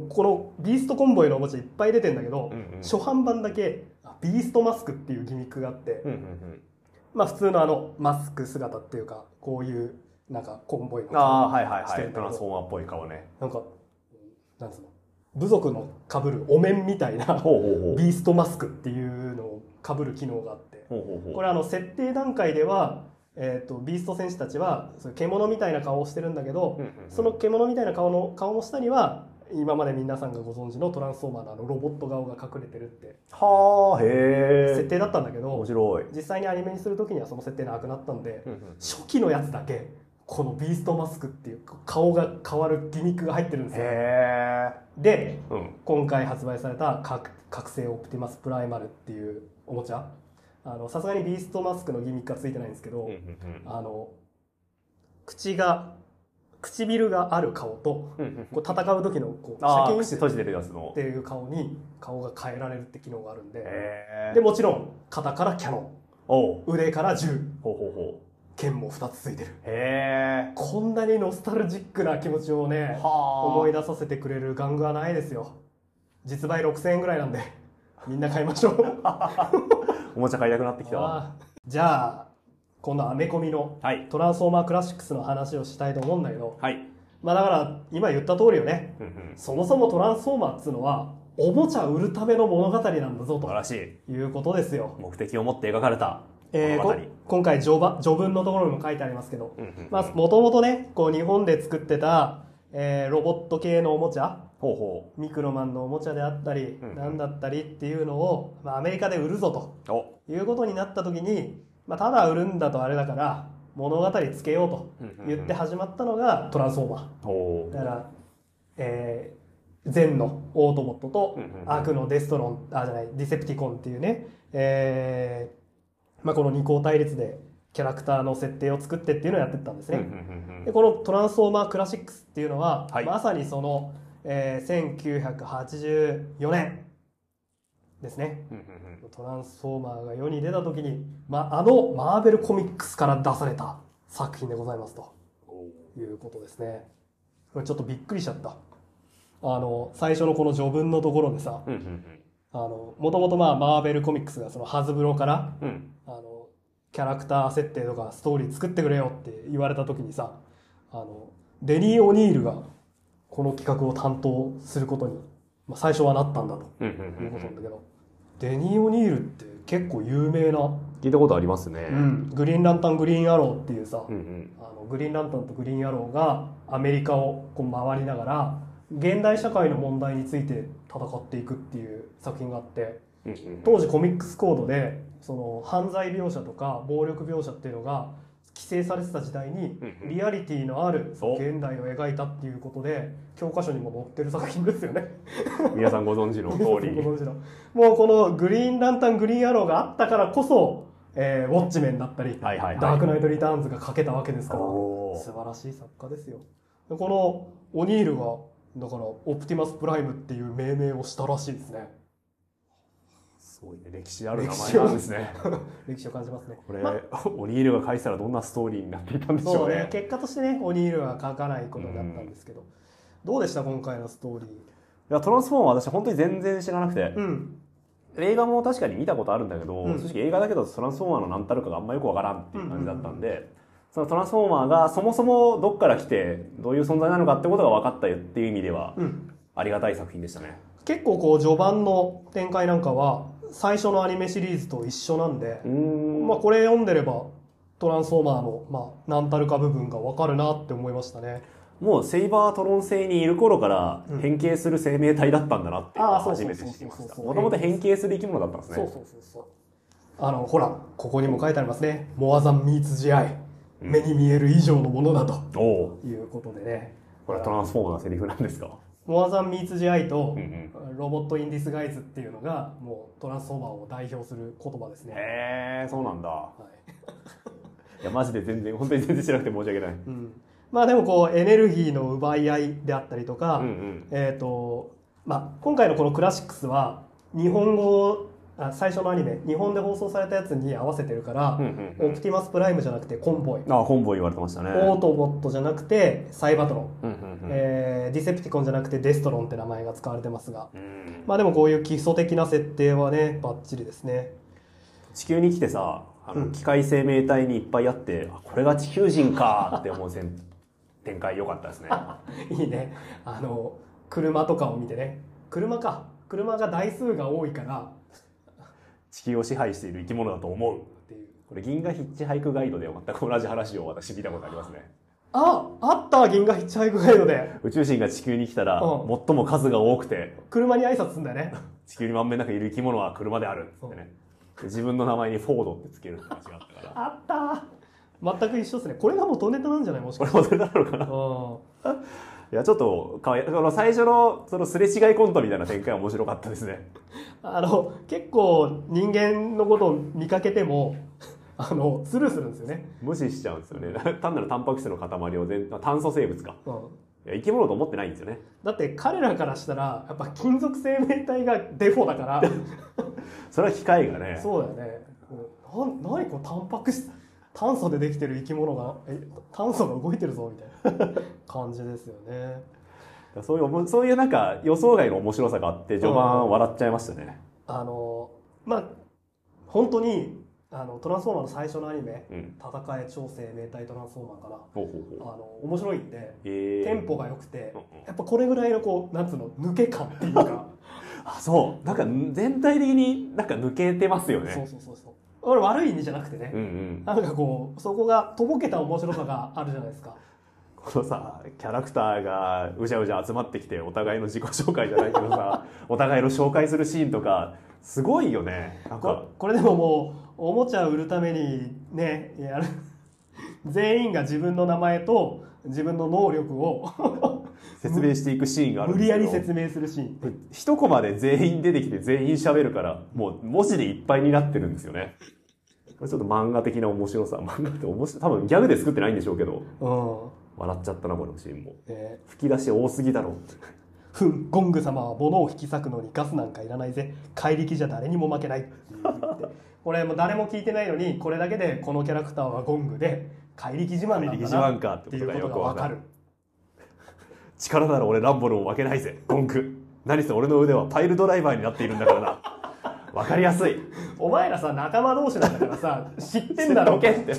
このビーストコンボイのおもちゃいっぱい出てんだけど、うんうん、初版版だけビーストマスクっていうギミックがあって、うんうんうん、まあ普通のあのマスク姿っていうかこういうなんかコンボイのあはいはいはいトランスフォーマーっぽい顔ね、 なんかなんつうの部族の被るお面みたいなビーストマスクっていうのを被る機能があって、ほうほうほうこれあの設定段階ではえー、とビースト戦士たちはそういう獣みたいな顔をしてるんだけど、うんうんうん、その獣みたいな顔の顔の下には今まで皆さんがご存知のトランスフォーマーのあのロボット顔が隠れてるってはへ設定だったんだけど、 面白い。 実際にアニメにする時にはその設定なくなったんで、うんうん、初期のやつだけこのビーストマスクっていう顔が変わるギミックが入ってるんですよ。へで、うん、今回発売された覚醒オプティマスプライマルっていうおもちゃ、さすがにビーストマスクのギミックはついてないんですけど、うんうんうん、あの口が唇がある顔と、うんうん、こう戦う時のこうシャキン口閉じてるやつのっていう顔に顔が変えられるって機能があるんで、でもちろん肩からキャノン、腕から銃、ほうほうほう剣もふたつついてる。へこんなにノスタルジックな気持ちをね思い出させてくれる玩具はないですよ。実売ろくせんえんぐらいなんでみんな買いましょうおもちゃ買いたくなってきたわ。 じゃあ今度はアメコミのトランスフォーマークラシックスの話をしたいと思うんだけど、はい、まあだから今言った通りよね、うんうん、そもそもトランスフォーマーっつうのはおもちゃ売るための物語なんだぞと素晴らしいいうことですよ。 目的を持って描かれた物語、 えー、今回序盤序文のところにも書いてありますけど、もともとねこう日本で作ってた、えー、ロボット系のおもちゃ、 ほうほうミクロマンのおもちゃであったり、うんうん、なんだったりっていうのを、まあ、アメリカで売るぞということになった時に、まあ、ただ売るんだとあれだから物語つけようと言って始まったのがトランスフォーマーだから、えー善のオートボットと悪のデストロン、あじゃないディセプティコンっていうね、えーまあ、この二項対立でキャラクターの設定を作ってっていうのをやってったんですね。でこのトランスフォーマークラシックスっていうのは、はい、まさにその、えー、せんきゅうひゃくはちじゅうよねんですね。トランスフォーマーが世に出た時に、まあ、あのマーベルコミックスから出された作品でございますということですね。これちょっとびっくりしちゃった。あの最初のこの序文のところでさ、もともとマーベルコミックスがそのハズブロから、うん、あのキャラクター設定とかストーリー作ってくれよって言われた時にさ、あのデニー・オニールがこの企画を担当することに、まあ、最初はなったんだということなんだけど、デニー・オニールって結構有名な、 聞いたことありますね、 うん、グリーンランタングリーンアローっていうさ、うんうん、あのグリーンランタンとグリーンアローがアメリカをこう回りながら現代社会の問題について戦っていくっていう作品があって、当時コミックスコードでその犯罪描写とか暴力描写っていうのが規制されてた時代にリアリティのある現代を描いたっていうことで教科書にも載ってる作品ですよね。 皆さんご存知の通りご存知のもうこのグリーンランタングリーンアローがあったからこそ、えー、ウォッチメンだったり、はいはいはい、ダークナイトリターンズが書けたわけですから素晴らしい作家ですよ。このオニールがだからオプティマスプライムっていう命名をしたらしいですね。 すごいね、歴史ある名前なんですね。 歴史を感じますね。 これ、ま、オニールが書いてたらどんなストーリーになっていたんでしょうね。 そうね、結果としてねオニールは書かないことになったんですけど、どうでした今回のストーリー。いやトランスフォーマー私本当に全然知らなくて、うん、映画も確かに見たことあるんだけど、うん、正直映画だけどトランスフォーマーの何たるかがあんまよくわからんっていう感じだったんで、うんうんうん、そのトランスフォーマーがそもそもどっから来てどういう存在なのかってことが分かったよっていう意味では、うん、ありがたい作品でしたね。 結構こう序盤の展開なんかは最初のアニメシリーズと一緒なんで、うーん、まあ、これ読んでればトランスフォーマーの、まあ、何たるか部分が分かるなって思いましたね。 もうセイバートロン星にいる頃から変形する生命体だったんだなっていうのを初めて知りました。もともと変形する生き物だったんですね。そうそうそうそう。 あのほらここにも書いてありますね。モアザンミーツジアイ、目に見える以上のものだということでね。 これはトランスフォーマーのセリフなんですか。 モアザンミーツジアイとロボットインディスガイズっていうのがもうトランスフォーマーを代表する言葉ですね。 へえ、そうなんだ。はい、いやマジで全然本当に全然知らなくて申し訳ない。うん、 まあでもこうエネルギーの奪い合いであったりとか、うんうん、えっとまあ今回のこのクラシックスは日本語あ最初のアニメ日本で放送されたやつに合わせてるから、うんうんうん、オプティマスプライムじゃなくてコンボイ、 あコンボイ言われてましたね。 オートボットじゃなくてサイバトロン、うんうんうん、えー、ディセプティコンじゃなくてデストロンって名前が使われてますが、うん、まあでもこういう基礎的な設定はねバッチリですね。 地球に来てさあの機械生命体にいっぱいあって、うん、これが地球人かって思う展開良かったですね。 いいね。あの車とかを見てね、車か車が台数が多いから地球を支配している生き物だと思うっていう。これ銀河ヒッチハイクガイドで全く同じ話を私見たことありますね。 あ、あった銀河ヒッチハイクガイドで宇宙人が地球に来たら、うん、最も数が多くて車に挨拶するんだよね。 地球にまんべんなくいる生き物は車であるってね、自分の名前にフォードってつけるって話があったからあった全く一緒ですね。これが元ネタなんじゃないもしかして。 これ元ネタなのかな。うんいやちょっとかわいその最初のそのすれ違いコントみたいな展開は面白かったですね。 あの結構人間のことを見かけてもあのスルーするんですよね。 無視しちゃうんですよね。単なるタンパク質の塊を全炭素生物か、うん、いや生き物と思ってないんですよね。 だって彼らからしたらやっぱ金属生命体がデフォだからそれは機械がね。 そうだよね。な何こうタンパク質炭素でできてる生き物がえ炭素が動いてるぞみたいな感じですよね。 そういうそういうなんか予想外の面白さがあって序盤笑っちゃいましたね。 あのまあ本当にあのトランスフォーマーの最初のアニメ「うん、戦え超生命体トランスフォーマー」からほうほうほうあの面白いんで、えー、テンポが良くてやっぱこれぐらいのこうなんつうの抜け感っていうかあ、そうなんか全体的になんか抜けてますよね。 そうそうそうそう。俺悪い意味じゃなくてね、うんうん、なんかこうそこがとぼけた面白さがあるじゃないですか。 このさキャラクターがうじゃうじゃ集まってきてお互いの自己紹介じゃないけどさお互いの紹介するシーンとかすごいよね。なんかこ, これでももうおもちゃを売るためにねやる全員が自分の名前と自分の能力を説明していくシーンがあるんですよ。無理やり説明するシーン。 一コマで全員出てきて全員喋るからもう文字でいっぱいになってるんですよね。これちょっと漫画的な面白さ、漫画って面白い、多分ギャグで作ってないんでしょうけど、うん、笑っちゃったなこのシーンも、ね、吹き出し多すぎだろう。 ふん、ゴング様は物を引き裂くのにガスなんかいらないぜ、怪力じゃ誰にも負けないって言ってこれも誰も聞いてないのにこれだけでこのキャラクターはゴングで怪力自慢なんだなっていうことが分かる。 力なら俺ランボルも負けないぜゴング、何せ俺の腕はパイルドライバーになっているんだからな。わかりやすい。 お前らさ仲間同士なんだからさ知ってんだろけって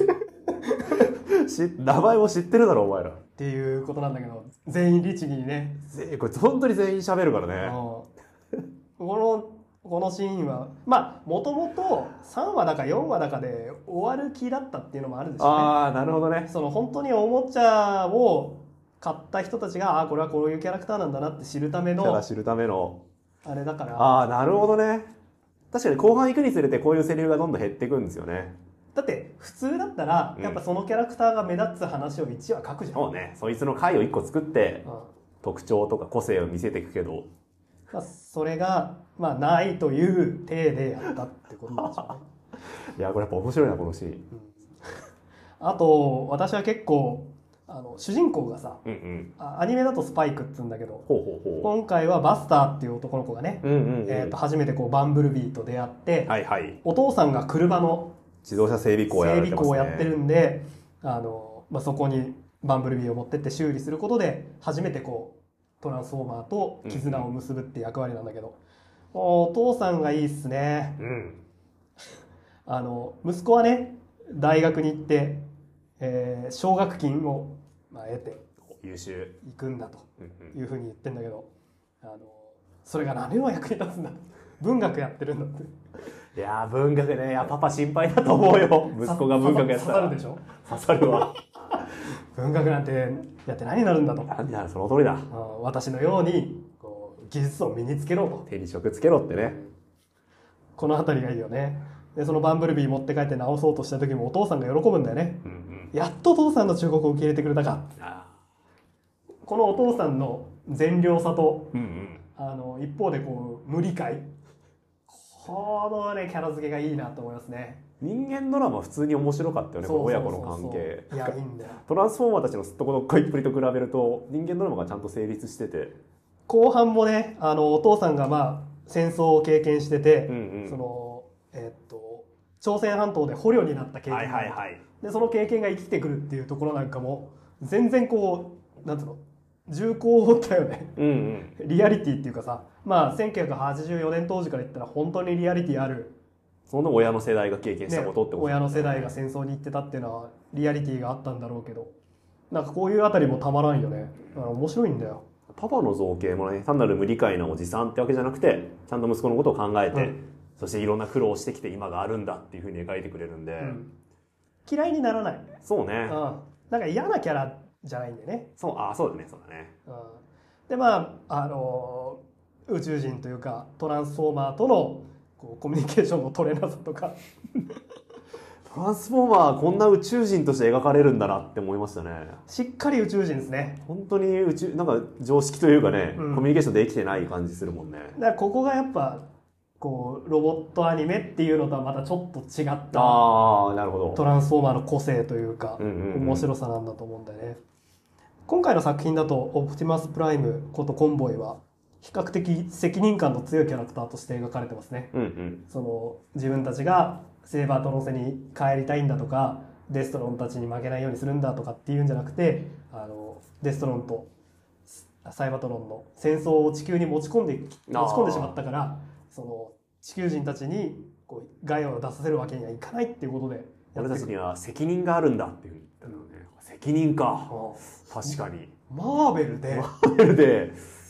名前も知ってるだろお前らっていうことなんだけど、全員律儀にね、 これ本当に全員喋るからね。 このこのシーンはまあもともとさんわだかよんわだかで終わる気だったっていうのもあるんですよね。 ああなるほどね。 その本当におもちゃを買った人たちがあこれはこういうキャラクターなんだなって知るためのキャラ知るためのあれだから。 ああなるほどね。確かに後半行くにつれてこういうセリフがどんどん減っていくんですよね。 だって普通だったらやっぱそのキャラクターが目立つ話をいちわ書くじゃん、 うん、そうね。そいつの回をいっこ作って、うん、特徴とか個性を見せていくけど、 まあ、それが、まあ、ないという体でやったってことなんでしょうね。 いやこれやっぱ面白いなこのシーン、うん、 あと私は結構あの主人公がさ、うんうん、アニメだとスパイクっつうんだけど、ほうほうほう、今回はバスターっていう男の子がね、うんうんうん、えー、と初めてこうバンブルビーと出会って、はいはい、お父さんが車の自動車整備工をやられてますね。 整備工をやってるんで、あの、まあ、そこにバンブルビーを持ってって修理することで初めてこうトランスフォーマーと絆を結ぶって役割なんだけど、うんうん、お父さんがいいっすね、うん、あの息子はね大学に行って、えー、奨学金を、まあ、得て優秀行くんだというふうに言ってんだけど、あのそれが何の役に立つんだ、文学やってるんだって。 いや文学ね、いやパパ心配だと思うよ。息子が文学やったら刺さるでしょ。 刺さるわ。 文学なんてやって何になるんだと。 何だその通りだ。 私のようにこう技術を身につけろと。 手に職つけろってね。 この辺りがいいよね。でそのバンブルビー持って帰って直そうとした時もお父さんが喜ぶんだよね、うんうん、やっとお父さんの忠告を受け入れてくれたか。あこのお父さんの善良さと、うんうん、あの一方でこう無理解、このねキャラ付けがいいなと思いますね。 人間ドラマ普通に面白かったよね、この親子の関係。 いやいいんだよ。 トランスフォーマーたちのすっとこどっこいっぷりと比べると人間ドラマがちゃんと成立してて、 後半もねあのお父さんがまあ戦争を経験してて、うんうん、そのえー、っと朝鮮半島で捕虜になった経験がある、はいはいはい、でその経験が生きてくるっていうところなんかも全然こうなんつうの重厚だよね、うんうん、リアリティっていうかさ、まあせんきゅうひゃくはちじゅうよねん当時から言ったら本当にリアリティある、 その親の世代が経験したことってこと、ね、 親の世代が戦争に行ってたっていうのはリアリティがあったんだろうけど、なんかこういうあたりもたまらんよね。だから面白いんだよ。 パパの造形もね単なる無理解なおじさんってわけじゃなくてちゃんと息子のことを考えて、うん、そしていろんな苦労をしてきて今があるんだっていうふうに描いてくれるんで、うん、 嫌いにならない。 そうね、うん、 なんか嫌なキャラじゃないんでね。 そう、あ、そうだねそうだね、うん、 でまああの宇宙人というかトランスフォーマーとのこうコミュニケーションの取れなさとかトランスフォーマーこんな宇宙人として描かれるんだなって思いましたね。 しっかり宇宙人ですね。 本当に宇宙なんか常識というかね、うん、コミュニケーションできてない感じするもんね。 だからここがやっぱこうロボットアニメっていうのとはまたちょっと違ったあーなるほどトランスフォーマーの個性というか、うんうんうん、面白さなんだと思うんだよね。今回の作品だとオプティマスプライムことコンボイは比較的責任感の強いキャラクターとして描かれてますね、うんうん、その自分たちがセーバートロン星に帰りたいんだとかデストロンたちに負けないようにするんだとかっていうんじゃなくて、あのデストロンとサイバトロンの戦争を地球に持ち込んで持ち込んでしまったから、その地球人たちにこう害を出させるわけにはいかないっていうことで、 俺たちには責任があるんだっていう、責任か、確かにマーベルでマーベルで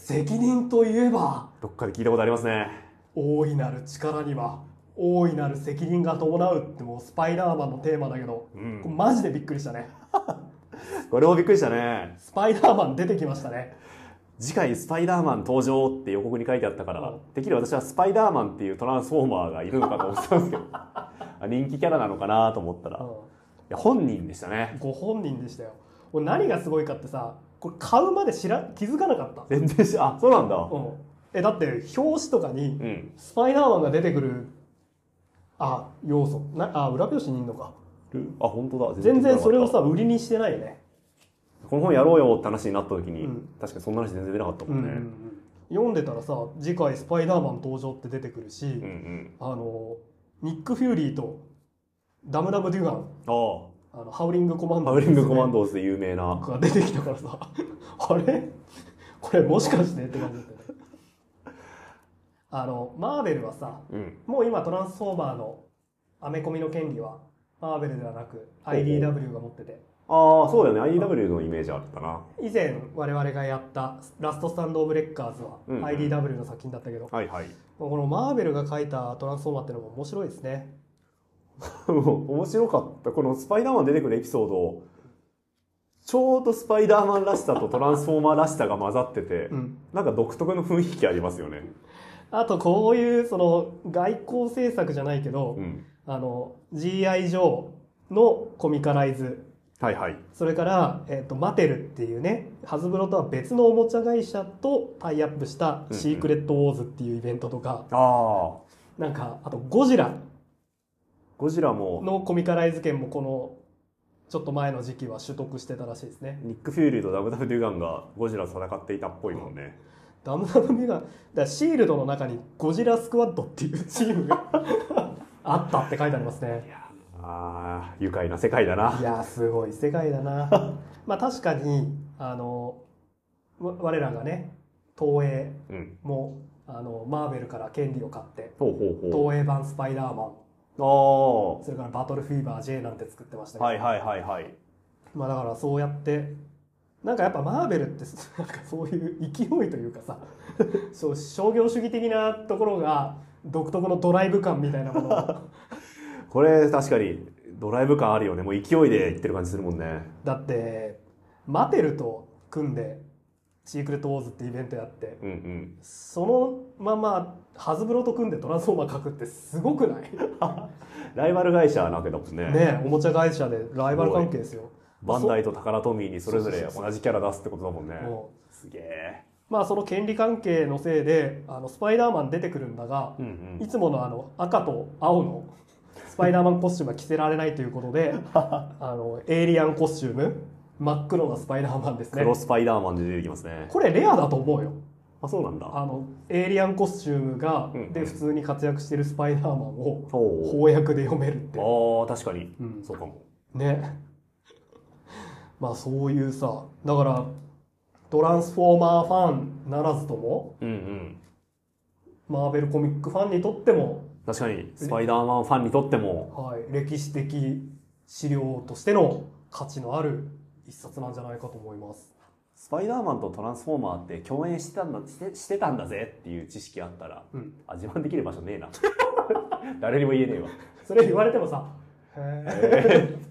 責任といえばどっかで聞いたことありますね。 大いなる力には大いなる責任が伴うってもうスパイダーマンのテーマだけど、うん、これマジでびっくりしたねこれもびっくりしたね。 スパイダーマン出てきましたね。 次回スパイダーマン登場って予告に書いてあったから、うん、てっきり私はスパイダーマンっていうトランスフォーマーがいるのかと思ってたんですけど人気キャラなのかなと思ったら、うん、いや本人でしたね。 ご本人でしたよ。何がすごいかってさ、これ買うまで知ら気づかなかった。 全然しあそうなんだ、 うん、えだって表紙とかにスパイダーマンが出てくる、うん、あ要素なあ裏表紙にいるのか。 あ本当だ。 全然それをさ売りにしてないよね。 この本やろうよって話になった時に、うん、確かにそんな話全然出なかったもんね、うんうんうん、 読んでたらさ次回スパイダーマン登場って出てくるし、うんうん、あのニック・フューリーとダムダム・デュガン、ああのハウリング・コマンドーズ、ね、ハウリング・コマンドーズで有名なが出てきたからさあれこれもしかしてって感じだったよねあのマーベルはさ、うん、もう今トランスフォーマーのアメコミの権利はマーベルではなく アイディーダブリュー が持ってて、 ああそうだよね、 アイディーダブリュー のイメージあったな。 以前我々がやったラストスタンドオブレッカーズは アイディーダブリュー の作品だったけど、うんうんはいはい、このマーベルが書いたトランスフォーマーってのも面白いですね面白かった。このスパイダーマン出てくるエピソードちょうどスパイダーマンらしさとトランスフォーマーらしさが混ざってて、うん、なんか独特の雰囲気ありますよね。 あとこういうその外交政策じゃないけど、うん、あの ジーアイ ジョーのコミカライズ、はいはい、それから、えーと、マテルっていうねハズブロとは別のおもちゃ会社とタイアップしたシークレットウォーズっていうイベントとか、うんうん、なんかあとゴジラゴジラものコミカライズ権もこのちょっと前の時期は取得してたらしいですね。 ニック・フューリーとダムダム・デュガンがゴジラと戦っていたっぽいもんね、 うん、ダムダム・デュガンだシールドの中にゴジラスクワッドっていうチームがあったって書いてありますね。いやあ愉快な世界だな。 いやすごい世界だなまあ確かにあの我らがね東映も、うん、あのマーベルから権利を買ってほうほうほう東映版スパイダーマン、それからバトルフィーバー J なんて作ってましたけど、はいはいはいはい、まあだからそうやってなんかやっぱマーベルってなんかそういう勢いというかさそう商業主義的なところが独特のドライブ感みたいなものをこれ確かにドライブ感あるよね。もう勢いでいってる感じするもんね。 だってマテルと組んでシークレットウォーズってイベントやって、うんうん、そのままハズブロと組んでトランスフォーマー書くってすごくないライバル会社なわけだもんね。 ねおもちゃ会社でライバル関係ですよ。 バンダイとタカラトミーにそれぞれ同じキャラ出すってことだもんね。すげえ。 まあその権利関係のせいであのスパイダーマン出てくるんだが、うんうん、いつものあの赤と青のスパイダーマンコスチュームは着せられないということであのエイリアンコスチューム真っ黒なスパイダーマンですね。 黒スパイダーマンで出てきますね。 これレアだと思うよ。 あそうなんだ。 あのエイリアンコスチュームが、うんうん、で普通に活躍してるスパイダーマンを翻訳で読めるって。 ああ確かに、うん、そうかもね。まあそういうさだからトランスフォーマーファンならずとも、うんうん、マーベルコミックファンにとっても確かにスパイダーマンファンにとっても、 はい、歴史的資料としての価値のある一冊なんじゃないかと思います。 スパイダーマンとトランスフォーマーって共演してたんだ、して、してたんだぜっていう知識あったら、うん、あ自慢できる場所ねえな誰にも言えねえわそれ言われてもさへえ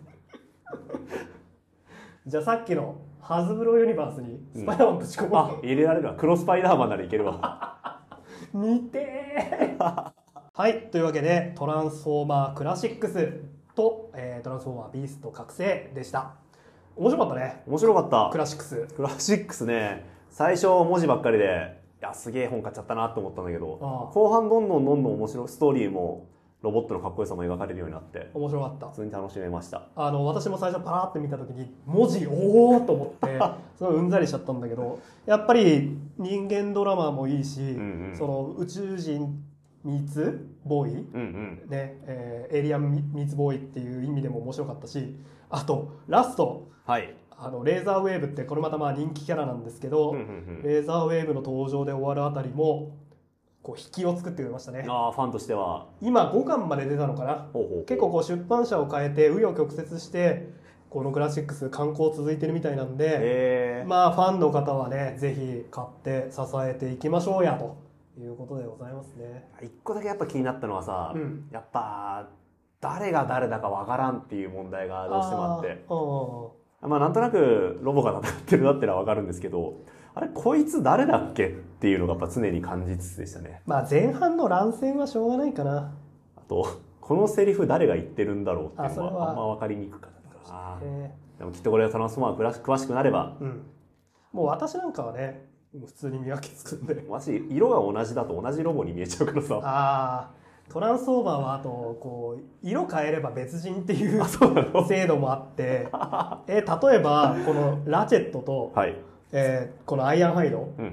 じゃあさっきのハズブロユニバースにスパイダーマンぶち込もう、 うん、あ入れられるわ。黒スパイダーマンならいけるわ似てーはいというわけでトランスフォーマークラシックスと、えー、トランスフォーマービースト覚醒でした。面白かったね。 面白かった。 クラシックスクラシックスね。最初文字ばっかりでいやすげえ本買っちゃったなと思ったんだけど、ああ後半どんどんどんどん面白いストーリーもロボットのかっこよさも描かれるようになって面白かった。 普通に楽しめました。 あの私も最初パラーって見た時に文字おおと思ってすごいうんざりしちゃったんだけどやっぱり人間ドラマもいいし、うんうん、その宇宙人ミーツボーイ、うんうんねえー、エイリアンミーツボーイっていう意味でも面白かったし、あとラスト、はい、あのレーザーウェーブってこれまたまあ人気キャラなんですけど、うんうんうん、レーザーウェーブの登場で終わるあたりもこう引きを作ってくれましたね。 あファンとしては今ごかんまで出たのかな。ほうほうほう結構こう出版社を変えて紆余曲折してこのクラシックス観光続いてるみたいなんで、まあファンの方はねぜひ買って支えていきましょうやということでございますね。 一個だけやっぱ気になったのはさ、うん、やっぱ誰が誰だかわからんっていう問題がどうしてもあって、あまあなんとなくロボが戦ってるなってのはわかるんですけど、あれこいつ誰だっけっていうのがやっぱ常に感じつつでしたね。 まあ前半の乱戦はしょうがないかな。 あとこのセリフ誰が言ってるんだろうっていうのはあんま分かりにくかったかな。でもきっとこれはトランスフォーマー詳しくなれば、うん、 もう私なんかはね普通に見分けつくんで、 マジ色が同じだと同じロボに見えちゃうからさ。 あトランスフォーマーはあとこう色変えれば別人っていう制度もあってえ例えばこのラチェットと、はいえー、このアイアンハイド、うんうんうん、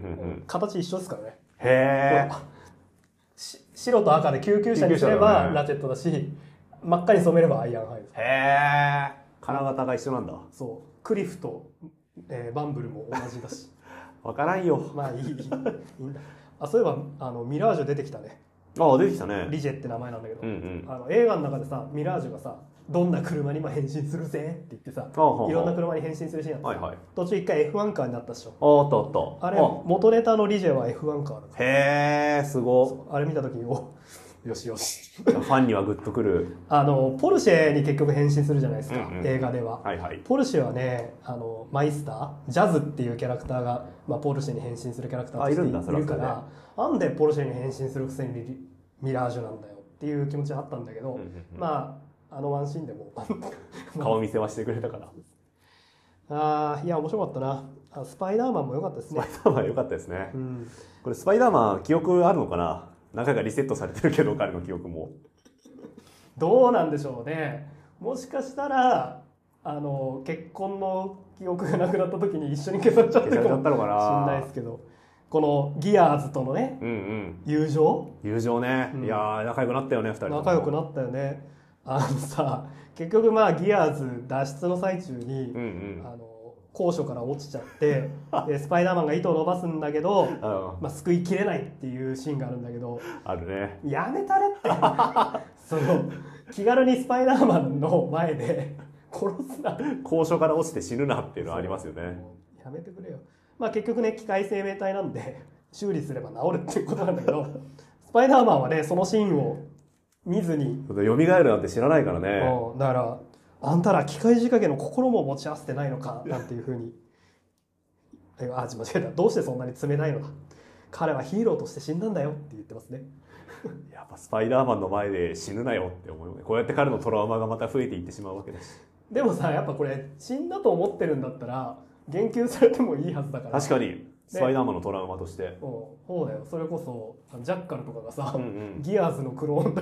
形一緒ですからね。へー。白と赤で救急車にすればラチェットだし、真っ赤に染めればアイアンハイド。 へー。金型が一緒なんだ。 そう。クリフと、えー、バンブルも同じだし。 わからんよ。 まあいい。いいんだ。あ、そういえばあのミラージュ出てきたね。 ああ出てきたね。 リジェって名前なんだけど、うんうん、あの映画の中でさミラージュがさどんな車にも変身するぜって言ってさ、いろんな車に変身するシーンあって、はいはい、途中一回 エフワン カーになったっしょ。 あったあった。 あれ元ネタのリジェは エフワン カーだった。 へーすご。 あれ見た時におよしよしファンにはグッとくる。 あのポルシェに結局変身するじゃないですか、うんうん、映画では、はいはい、ポルシェはねあのマイスタージャズっていうキャラクターが、まあ、ポルシェに変身するキャラクターとしてい る, いるからなんでポルシェに変身するくせにミラージュなんだよっていう気持ちはあったんだけど、うんうんうん、まああのワンシーンでも顔見せはしてくれたからああいや面白かったな。あスパイダーマンも良かったですね。 スパイダーマン良かったですね、うん、これスパイダーマン記憶あるのかな。何回かリセットされてるけど彼の記憶もどうなんでしょうね。もしかしたらあの結婚の記憶がなくなった時に一緒に消されちゃってるかもしれないですけど、このギアーズとのね、うんうん、友情友情ね、うん、いや仲良くなったよねふたりとも。 仲良くなったよね。あのさ結局まあギアーズ脱出の最中に、うんうん、あの高所から落ちちゃってでスパイダーマンが糸を伸ばすんだけど、まあ、救いきれないっていうシーンがあるんだけどあるね。 やめたれってその気軽にスパイダーマンの前で殺すな高所から落ちて死ぬなっていうのはありますよね。 やめてくれよ。まあ結局ね機械生命体なんで修理すれば治るっていうことなんだけどスパイダーマンはねそのシーンを見ずに蘇るなんて知らないからね。 うん、だからあんたら機械仕掛けの心も持ち合わせてないのかなんていうふうにあ間違えた。どうしてそんなに冷たいのだ。彼はヒーローとして死んだんだよって言ってますねやっぱスパイダーマンの前で死ぬなよって思うよね。こうやって彼のトラウマがまた増えていってしまうわけだし。 でもさやっぱこれ死んだと思ってるんだったら言及されてもいいはずだから。 確かにスパイダーマンのトラウマとして、 そうだよ。それこそジャッカルとかがさ、うんうん、ギアーズのクローン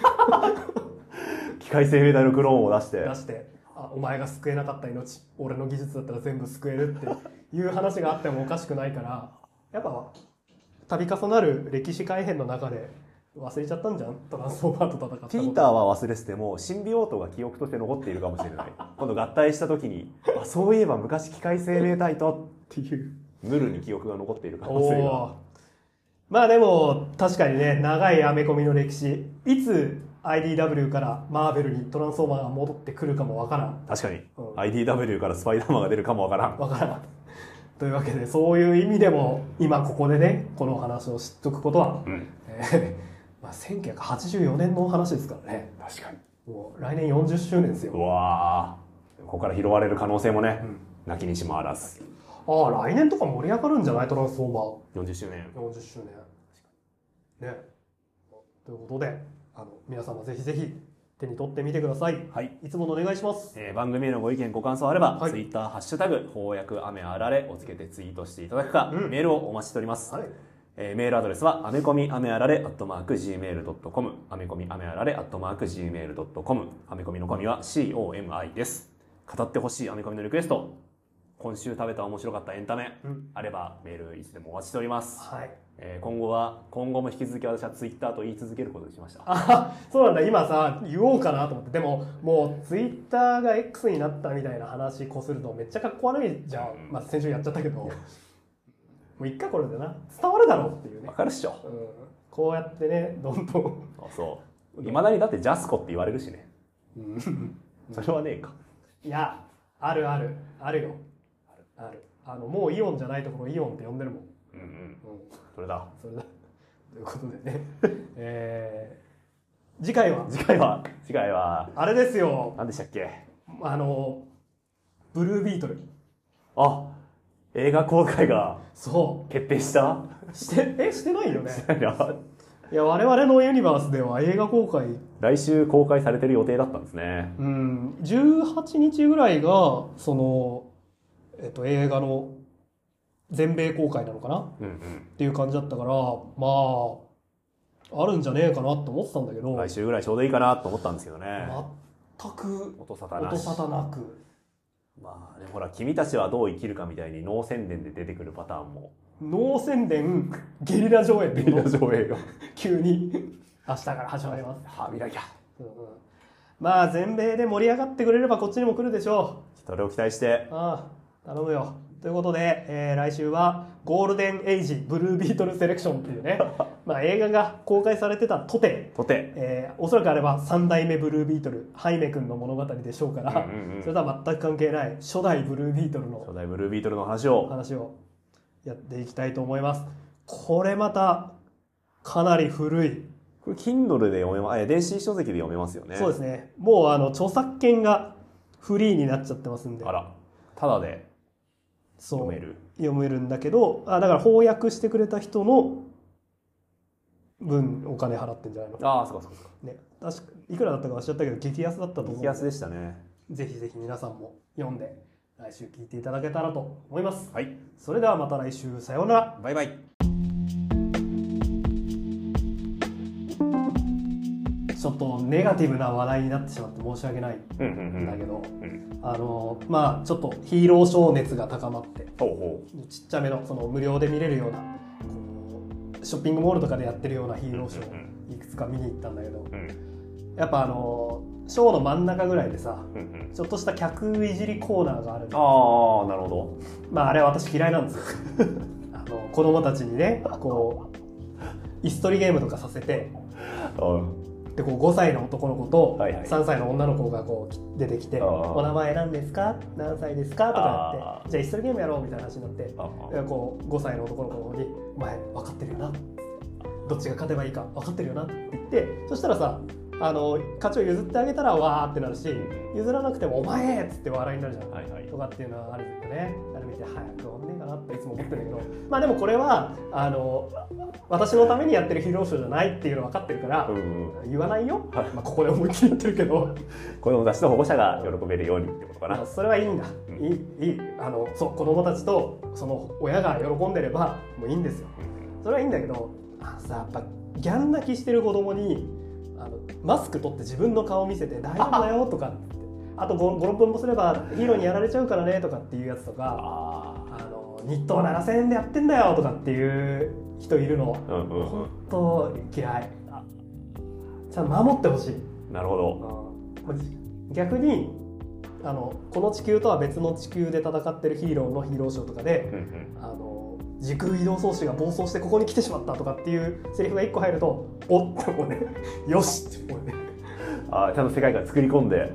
機械生命体のクローンを出して出してあお前が救えなかった命俺の技術だったら全部救えるっていう話があってもおかしくないから、やっぱ度重なる歴史改変の中で忘れちゃったんじゃんトランスフォーマーと戦ったこと。 ピーターは忘れててもシンビオートが記憶として残っているかもしれない。今度合体した時にあそういえば昔機械生命体とっていうヌルに記憶が残っている可能性が。 まあでも確かにね長いアメコミの歴史いつ アイディーダブリュー からマーベルにトランスフォーマーが戻ってくるかもわからん。 確かに、うん、アイディーダブリュー からスパイダーマンが出るかもわからんわからんというわけでそういう意味でも今ここでねこの話を知っとくことは、うんえーまあ、せんきゅうひゃくはちじゅうよねんのお話ですからね。 確かにもう来年よんじゅっしゅうねんですよ。 うわここから拾われる可能性もね、うん、なきにしもあらず。 ああ来年とか盛り上がるんじゃないトランスフォーマーよんじゅっしゅうねんよんじゅっしゅうねんね。ということであの皆様ぜひぜひ手に取ってみてください。はい、いつものお願いします。 えー、番組へのご意見ご感想あれば、はい、ツイッターハッシュタグ翻訳雨あられをつけてツイートしていただくか、うん、メールをお待ちしております。はい、えー、メールアドレスはアメコミアメあられアットマークジーメールドットコム、アメコミアメあられアットマークジーメールドットコム、アメコミのコミは シーオーエムアイ です。語ってほしいアメコミのリクエスト、今週食べた面白かったエンタメ、うん、あればメールいつでもお待ちしております。はい、えー、今後は今後も引き続き私はツイッターと言い続けることにしました。 あ、そうなんだ。今さ言おうかなと思って、でももうツイッターが X になったみたいな話こするとめっちゃかっこ悪いじゃん。うん、まあ先週やっちゃったけど、もう一回これでな伝わるだろうっていうね。 わかるっしょ。 うん、こうやってねどんどん。 あ、そう。いまだにだってジャスコって言われるしね。それはねえか。 いやあるあるあるよ。あるある。あのもうイオンじゃないところイオンって呼んでるもん。 うんうん。うん、それだ。 それだ。ということでね。えー、次回は次回は次回はあれですよ。 何でしたっけ？ あのブルービートル。 あ、映画公開がそう決定した？ してえしてないよね。 してないな。 いや我々のユニバースでは映画公開来週公開されてる予定だったんですね。 うん、じゅうはちにちぐらいがその、えっと、映画の全米公開なのかな、うんうん、っていう感じだったからまああるんじゃねえかなと思ってたんだけど、 来週ぐらいちょうどいいかなと思ったんですけどね。 全く音沙汰なし。 音沙汰なく。 まあね、ほら君たちはどう生きるかみたいにノー宣伝で出てくるパターンも。 ノー宣伝ゲリラ上映ってゲリラ上映よ。 急に明日から始まります。 歯磨きゃ、 うんうん、まあ全米で盛り上がってくれればこっちにも来るでしょう。それを期待して。 ああ頼むよ。ということで、えー、来週はゴールデンエイジブルービートルセレクションっていうねまあ映画が公開されてたとてとて、 えー、おそらくあればさん代目ブルービートルハイメ君の物語でしょうから、うんうんうん、それとは全く関係ない初代ブルービートルの初代ブルービートルの話を話をやっていきたいと思います。これまたかなり古い。 これ Kindle で読めま、電子書籍で読めますよね。 そうですね。もうあの著作権がフリーになっちゃってますんで。 あら、ただで読める。 読めるんだけど、あだから翻訳してくれた人の分お金払ってんじゃないの。 ああ、そうかそうか。 ね、確かいくらだったか忘れちゃったけど激安だったと思う。 激安でしたね。 ぜひぜひ皆さんも読んで来週聞いていただけたらと思います。 はい。 それではまた来週さようなら。 バイバイ。 ちょっとネガティブな話題になってしまって申し訳ないんだけど、あのまあちょっとヒーローショー熱が高まって、 ほうほうちっちゃめのその無料で見れるようなこうショッピングモールとかでやってるようなヒーローショーいくつか見に行ったんだけど、うん、やっぱあのショーの真ん中ぐらいでさ、うんうん、ちょっとした客いじりコーナーがあるんですよ。 ああ、なるほど。 まああれは私嫌いなんですよあの子供たちにねこう椅子取りゲームとかさせてでこうごさいの男の子とさんさいの女の子がこう出てきて「お名前何ですか何歳ですか?」とかやって「じゃあ椅子取りゲームやろう」みたいな話になってこうごさいの男の子の方に「お前分かってるよな」どっちが勝てばいいか分かってるよなって言ってそしたらさあの勝ちを譲ってあげたらわーってなるし譲らなくても「お前!」っつって笑いになるじゃん、はいはい、とかっていうのはあるんだよね。あれ見て早く終わんねえかなっていつも思ってるんだけどまあでもこれはあの私のためにやってるヒーローショーじゃないっていうの分かってるから、うんうん、言わないよ、はい、まあ、ここで思いっきり言ってるけど子供たちと保護者が喜べるようにってことかな。 それはいいんだ、うん、いいいいあのそう子供たちとその親が喜んでればもういいんですよ。それはいいんだけどあのさやっぱギャン泣きしてる子供にあのマスク取って自分の顔見せて大丈夫だよとかってあと ごろっぷんもすればヒーローにやられちゃうからねとかっていうやつとかあの日当ななせんえんでやってんだよとかっていう人いるの、うんうんうん、本当嫌い。ちゃんと守ってほしい。 なるほど、 うん、逆にあのこの地球とは別の地球で戦ってるヒーローのヒーローショーとかで、うんうん、あの時空移動装置が暴走してここに来てしまったとかっていうセリフがいっこ入るとおっともうねよしって思うねあちゃんと世界観作り込んで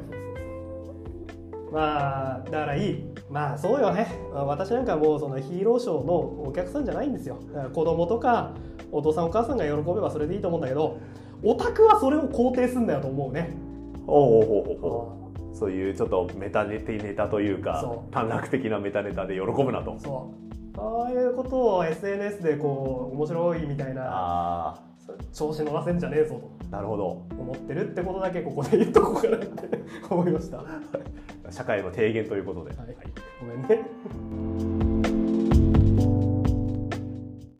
まあだからいいまあそうよね、まあ、私なんかもうそのヒーローショーのお客さんじゃないんですよ。だから子供とかお父さんお母さんが喜べばそれでいいと思うんだけどオタクはそれを肯定するんだよと思うね。 おうおうおうおうそういうちょっとメタネタというか短絡的なメタネタで喜ぶなと。 そうああいうことを エスエヌエス でこう面白いみたいなあ調子乗らせんじゃねえぞとなるほど思ってるってことだけここで言っとこうかなって思いました社会の提言ということで、はいはい、 ごめんね